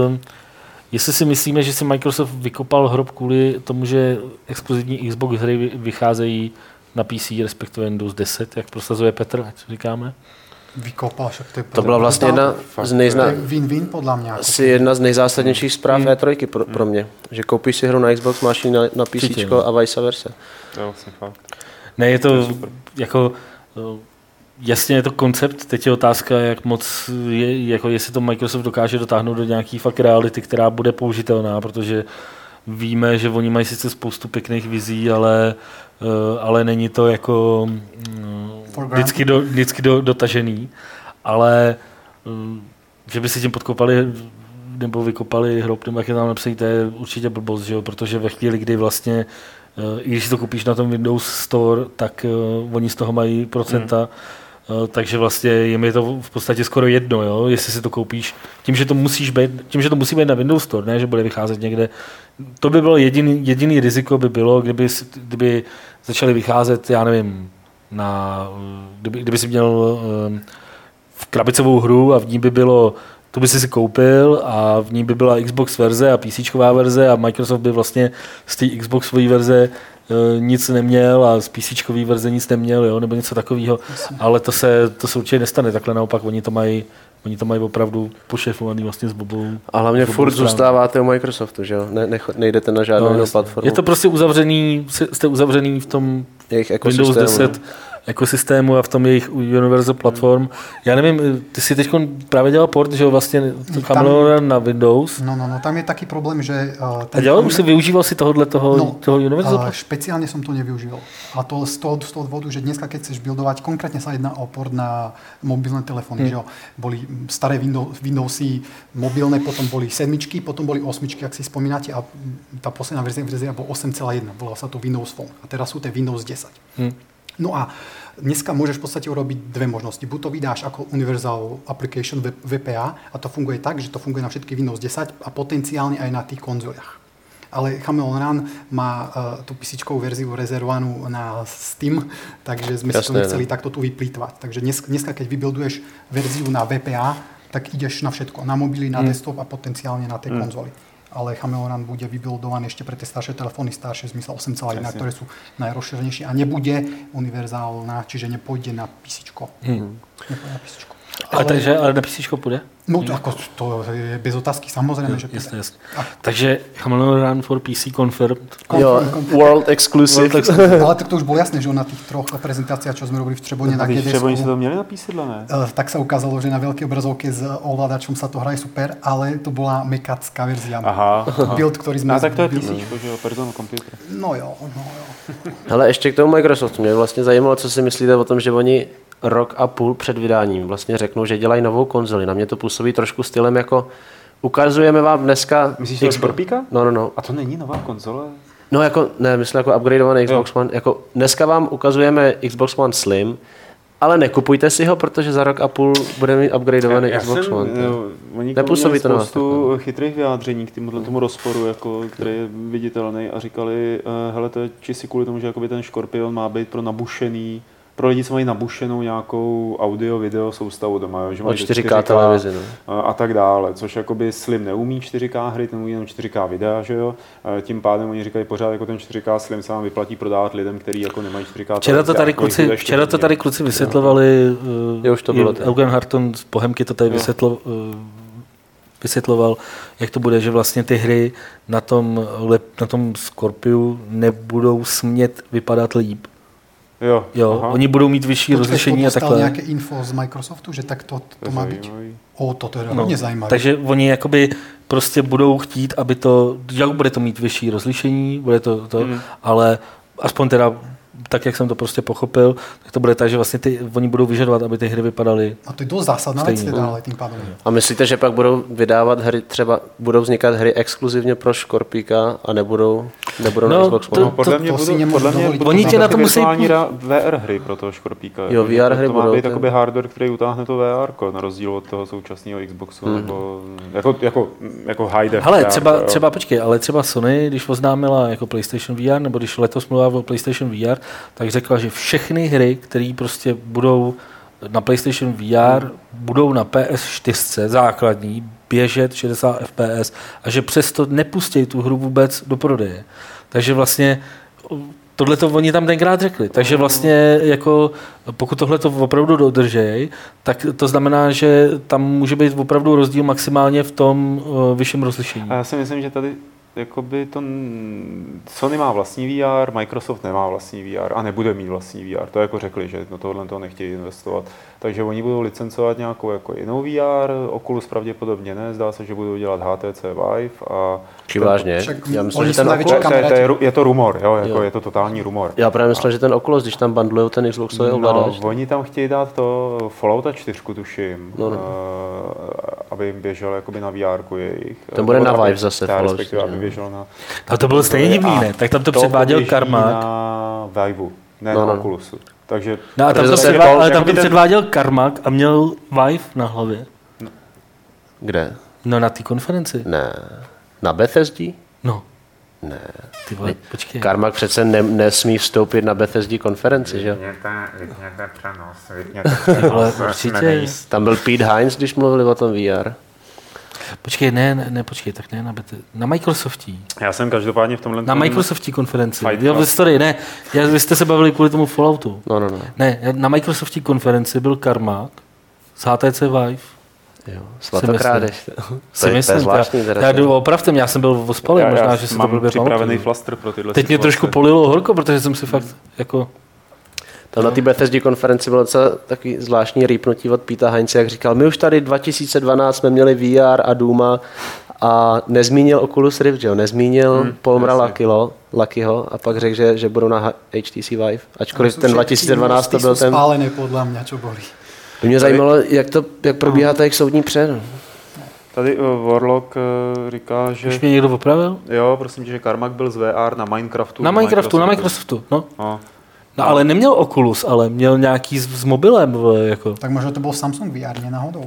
jestli si myslíme, že si Microsoft vykopal hrob kvůli tomu, že exkluzivní Xbox hry vycházejí na P C, respektive Windows deset, jak prosazuje Petr, ať říkáme? Vykopal, však to je to byla vlastně jedna z, nejzna... win-win podle mě. Asi jedna z nejzásadnějších zpráv hmm. E tři pro, pro mě, že koupíš si hru na Xbox, máš ji na, na P C a vice versa. Jo, vlastně fakt. Ne, je to, to jako... Jasně je to koncept, teď je otázka, jak moc, je, jako jestli to Microsoft dokáže dotáhnout do nějaký fakt reality, která bude použitelná, protože víme, že oni mají sice spoustu pěkných vizí, ale, ale není to jako vždycky, do, vždycky do, dotažený, ale že by si tím podkopali nebo vykopali hrob, nebo jak je tam napsaný, to je určitě blbost, že jo? Protože ve chvíli, kdy vlastně i když si to koupíš na tom Windows Store, tak uh, oni z toho mají procenta, mm. uh, takže vlastně jim je to v podstatě skoro jedno, jo? Jestli si to koupíš, tím, že to musíš být, tím, že to musí být na Windows Store, ne, že bude vycházet někde. To by bylo jediný, jediný riziko by bylo, kdyby, kdyby začaly vycházet, já nevím, na, kdyby, kdyby si měl uh, v krabicovou hru a v ní by bylo, to by si si koupil a v ní by byla Xbox verze a PCčková verze a Microsoft by vlastně z té Xboxové verze e, nic neměl a z PCčkové verze nic neměl, jo, nebo něco takového. Ale to se, to se určitě nestane, takhle naopak oni to mají, oni to mají opravdu pošefovaný vlastně s bobou. A hlavně furt stranu. Zůstáváte u Microsoftu, že jo? Ne, ne, nejdete na žádnou no, jinou platformu. Je to prostě uzavřený, jste uzavřený v tom Windows deset. Ekosystému a v tom jejich Universal Platform. Já nevím, ty si teď právě dělal port, že jo, vlastně Chameleon na Windows. No, no, no, tam je taký problém, že... Uh, a dělal, už si využíval si tohohle toho, no, toho Universal uh, špeciálne som to nevyužíval. A to z toho, z toho dôvodu, že dneska, keď chceš buildovať, konkrétne sa jedná o port na mobilné telefóny, hmm. že jo. Boli staré Windows, Windowsy mobilné, potom boli sedmičky, potom boli osmičky, ak si spomínate, a tá posledná verzia, verzia bola osem celá jedna, volala sa to Windows Phone. A teraz sú to Windows desať. Hmm. No a dneska môžeš v podstate urobiť dve možnosti. Buď to vydáš ako Universal Application V P A a to funguje tak, že to funguje na všetky Windows desať a potenciálne aj na tých konzoliach. Ale Chameleon Run má uh, tú písičkovú verziu rezervovanú na Steam, takže sme Jasné, si to nechceli ne. takto tu vyplýtvať. Takže dnes, dneska, keď vybuilduješ verziu na V P A, tak ideš na všetko. Na mobily, na hmm. desktop a potenciálne na tej hmm. konzoli. Ale Chameleon Run bude vybuildovaný ešte pre tie staršie telefóny, staršie v zmysle osem celá jedna, ktoré sú najrozšírenejšie a nebude univerzálna, čiže nepôjde na písičko. Hmm. Nepôjde na písičko. Ale, takže, ale na písičko půjde? No to, ako, to je bez otázky, samozřejmě, že jasne, jasne. Takže Chameleon Run for P C confirmed. Jo, World exclusive. World exclusive. Ale tak to už bolo jasné, že na tých troch prezentáciách, čo sme robili v Třebone na G D S. V Třeboni sa to měli na písidle, ne? Uh, tak sa ukázalo, že na veľkej obrazovke s ovládačom sa to hraje super, ale to bola mekacká verzia. Aha. Build, ktorý sme... A tak to je písičko, že jo, personal computer. No jo, no jo. Hele, ještě k tomu Microsoftu. Mě vlastně zajímalo, co si myslíte o tom, že oni rok a půl před vydáním vlastně řeknou, že dělají novou konzoli. Na mě to působí trošku stylem jako ukazujeme vám dneska... Myslíš to Scorpíka? No, no, no. A to není nová konzole? No jako, ne, myslím jako upgradeovaný Xbox jo. One. Jako dneska vám ukazujeme Xbox One Slim Ale nekupujte si ho, protože za rok a půl bude mít upgradeovaný já, já Xbox jsem, One. Jo, oni Nepůsobí to na vás spoustu tak, chytrých vyjádření k tomuhle tomu rozporu, jako, který je viditelný a říkali, uh, hele, to je čistě kvůli tomu, že jakoby ten Scorpion má být pro nabušený, pro lidi, co mají nabušenou nějakou audio, video soustavu doma, jo, že mají čtyři ká televizi, no. a tak dále, což jakoby Slim neumí čtyři ká hry, ten umí jenom čtyři ká videa, že jo, tím pádem oni říkají pořád, jako ten čtyři ká Slim se vám vyplatí prodávat lidem, kteří jako nemají čtyři ká Včera to tady kluci, včera to tady kluci vysvětlovali, jo, už to bylo Eugen Harton z Bohemky to tady vysvětlo, vysvětloval, jak to bude, že vlastně ty hry na tom, na tom Scorpiu nebudou smět vypadat líp. Jo, jo oni budou mít vyšší rozlišení a takhle. nějaké info z Microsoftu, že tak to, to má být? O, to, to je hodně no, zajímavé. Takže oni jakoby prostě budou chtít, aby to, jak bude to mít vyšší rozlišení, bude to, to mm. ale aspoň teda tak, jak jsem to prostě pochopil, tak to bude tak, že vlastně ty, oni budou vyžadovat, aby ty hry vypadaly. A to je dost zásadná věc dále tím pádem. A myslíte, že pak budou vydávat hry, třeba budou vznikat hry exkluzivně pro Škorpíka a nebudou, nebudou no, na Xbox One? No, podle mě budou, podle mě oni tě na to musí V R hry pro toho Škorpíka. Jo, V R hry to má budou. být takový hardware, který utáhne to V R, na rozdíl od toho současného Xboxu, hmm. nebo jako, jako, jako high def. Hele, třeba, třeba počkej, ale třeba Sony, když oznámila jako PlayStation V R, nebo když letos mluvila o PlayStation V R, tak řekla, že všechny hry, které prostě budou na PlayStation V R, budou na P S čtyři základní, běžet šedesát F P S a že přesto nepustí tu hru vůbec do prodeje. Takže vlastně tohle to oni tam tenkrát řekli. Takže vlastně jako pokud tohle to opravdu dodržej, tak to znamená, že tam může být opravdu rozdíl maximálně v tom uh, vyšším rozlišení. A já si myslím, že tady jakoby to Sony má vlastní V R, Microsoft nemá vlastní V R a nebude mít vlastní V R. To jako řekli, že do tohohle toho nechtějí investovat. Takže oni budou licencovat nějakou jako jinou V R, Oculus pravděpodobně ne, zdá se, že budou dělat H T C Vive a... Či vážně? Já myslím, že ten Oculus, to je, to je, je to rumor, jo, jako jo. Je to totální rumor. Já právě myslím, že ten Oculus, když tam bundlujou ten Xboxový ovladač. No, oni tam chtějí dát to Fallouta čtyři, tuším, no, no. Uh, aby jim běžel jakoby na V R ku jejich. To bude na Vive zase Fallout. Běžel na... A to bylo stejně divný, ne? Tak tam to, to předváděl Karmak. Na Viveu, ne no, na no. Oculusu. Takže... No a tam to, předvá... ale tam to předváděl Karmak a měl Vive na hlavě. No. Kde? No na té konferenci. Ne. Na Bethesdě? No. Ne. Ty vole, počkej. Karmak přece ne, nesmí vstoupit na Bethesdě konferenci, že jo? Vypněte přenos, vypněte přenos. Tam byl Pete Hines, když mluvili o tom V R. Počkej, ne, ne, ne, počkej, tak ne na Bethesdě. Na Microsoftí. Já jsem každopádně v tomhle... Na Microsoftí konferenci. Jo, v story, ne. Já, vy jste se bavili kvůli tomu Falloutu. No, no, no. Ne, na Microsoftí konferenci byl Karmak z H T C Vive. Jo, svatokrádež. To je zvláštní. Já jdu opravdu, já jsem byl ospalý, možná, já že se to blbě připravený flaster pro tyhle Teď mě trošku polilo horko, protože jsem si fakt jako... Tam na té Bethesdě konferenci bylo docela takový zvláštní rýpnutí od Peta Heinze, jak říkal, my už tady dva tisíce dvanáct jsme měli V R a Duma a nezmínil Oculus Rift, že jo, nezmínil hmm, Palmera Luckyho, Luckyho a pak řekl, že, že budou na H T C Vive, ačkoliv ten dva tisíce dvanáct to byl ten... spálené podle mě, čo bolí. Mě zajímalo, jak, to, jak probíhá ta jejich soudní pře. Tady uh, Warlock uh, říká, že... Už mě někdo opravil? Jo, prosím tě, že Karmak byl z V R na Minecraftu. Na Minecraftu, na Microsoftu, no. no. No ale neměl Oculus, ale měl nějaký s, s mobilem. Jako. Tak možná to byl Samsung V R, ne náhodou.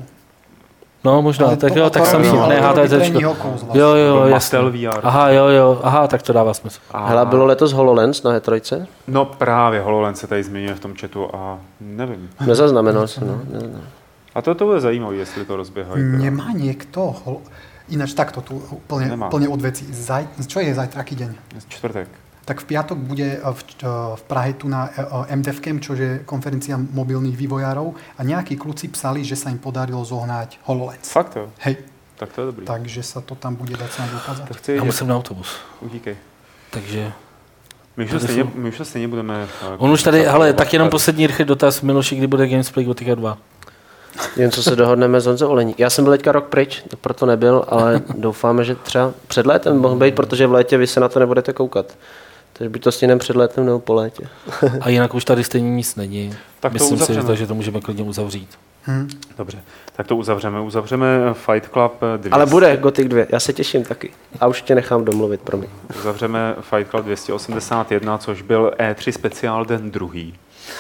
No možná, ale tak to, jo, tak Samsung, ne H T C. Vlastně. Jo, jo, jasně. V R. Aha, jo, jo, aha, tak to dává smysl. A... Hele, bylo letos HoloLens na H tři? No právě, HoloLens se tady zmiňuje v tom chatu a nevím. Nezaznamenal jsem, no. Ne, ne. A to, to bude zajímavé, jestli to rozběhají. Nemá někdo, hol... ináč takto tu úplně, úplně od věcí. Zaj... Čo je zajtra, aký deň? Čtvrtek. Tak v piatok bude v, v Prahe tu na M D F Cam, čo je konferencia mobilných vývojárov a nejakí kluci psali, že sa im podarilo zohnať HoloLens. Fakt jo? Hej. Tak to je dobrý. Takže sa to tam bude dať sa dokázat. Já musím na autobus. Udíkej. Takže... My už, stejně, my už stejně budeme... On už tady, hele, tak jenom poslední rychlý dotaz. Miloši, kdy bude Gamesplay Gothica dva? Jen co se dohodneme s Honzou Oleník. Já jsem byl teďka rok pryč, proto nebyl, ale doufáme, že třeba před létem mohl být, protože v létě vy se na to nebudete koukat. Takže by to stihnem před létem nebo po létě. A jinak už tady stejně nic není. Tak myslím si, že, že to můžeme klidně uzavřít. Hmm. Dobře, tak to uzavřeme. Uzavřeme Fight Club dvě stě. Ale bude Gothic dva, já se těším taky. A už tě nechám domluvit, promiň. Uzavřeme Fight Club dvě stě osmdesát jedna, což byl E tři speciál den druhý.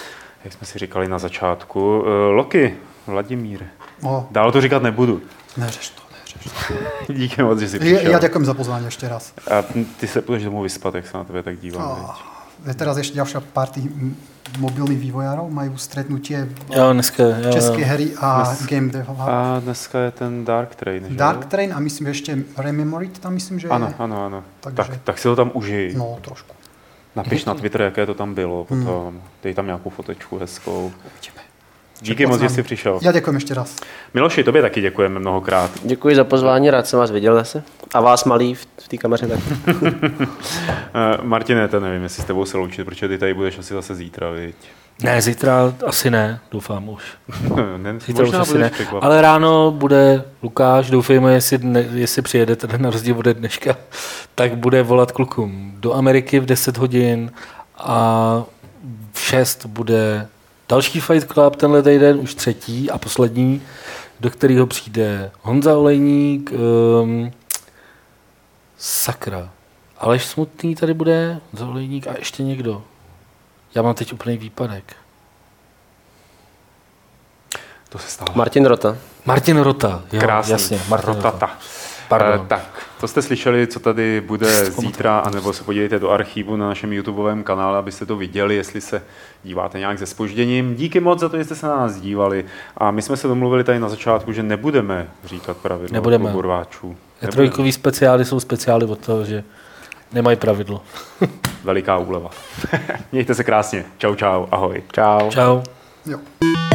jak jsme si říkali na začátku. Loki, Vladimír. O. Dál to říkat nebudu. Neřeš to, neřeš to. Díky moc, že jsi přišel. Ja ďakujem za pozvání ještě raz. A ty se půjdeš domů vyspat, jak se na tebe tak dívám. Oh, teraz ešte ďalšia party mobilných vývojárov majú stretnutie jo, dneska, jo, české jo. hry a Dnes, Game Dev. A dneska je ten Dark Train, že? Dark Train a myslím, že ještě Rememory tam myslím, že ano, je. Ano, ano, Takže... tak, tak si to tam užij. No, trošku. Napiš na Twitter, jaké to tam bylo potom. Hmm. Dej tam nějakou fotečku hezkou. Uvidíme. Díky moc, že jsi přišel. Já děkujem ještě raz. Miloši, tobě taky děkujeme mnohokrát. Děkuji za pozvání, rád jsem vás viděl zase. A vás malý v, v té kameře taky. Martine, to nevím, jestli s tebou se loučit, protože ty tady budeš asi zase zítra, viď? Ne, zítra asi ne, doufám už. ne, zítra už asi ne. Ale ráno bude Lukáš, doufejme, jestli, ne, jestli přijede teda na rozdíl bude dneška, tak bude volat klukům do Ameriky v deset hodin a v šest bude další Fight Club tenhle týden, už třetí a poslední, do kterého přijde Honza Olejník, um, sakra, Aleš Smutný tady bude, Honza Olejník a ještě někdo. Já mám teď úplný výpadek. To se stalo. Martin Rota. Martin Rota, jo, krásný. Jasně, Martin Rotata. Rota. Pardon. Uh, tak, to jste slyšeli, co tady bude zítra, anebo se podívejte do archivu na našem YouTubeovém kanále, abyste to viděli, jestli se díváte nějak se zpožděním. Díky moc za to, že jste se na nás dívali. A my jsme se domluvili tady na začátku, že nebudeme říkat pravidlo nebudeme. Urváčů. Trojkový speciály jsou speciály od toho, že nemají pravidlo. Veliká úleva. Mějte se krásně. Čau, čau. Ahoj. Čau. Čau. Jo.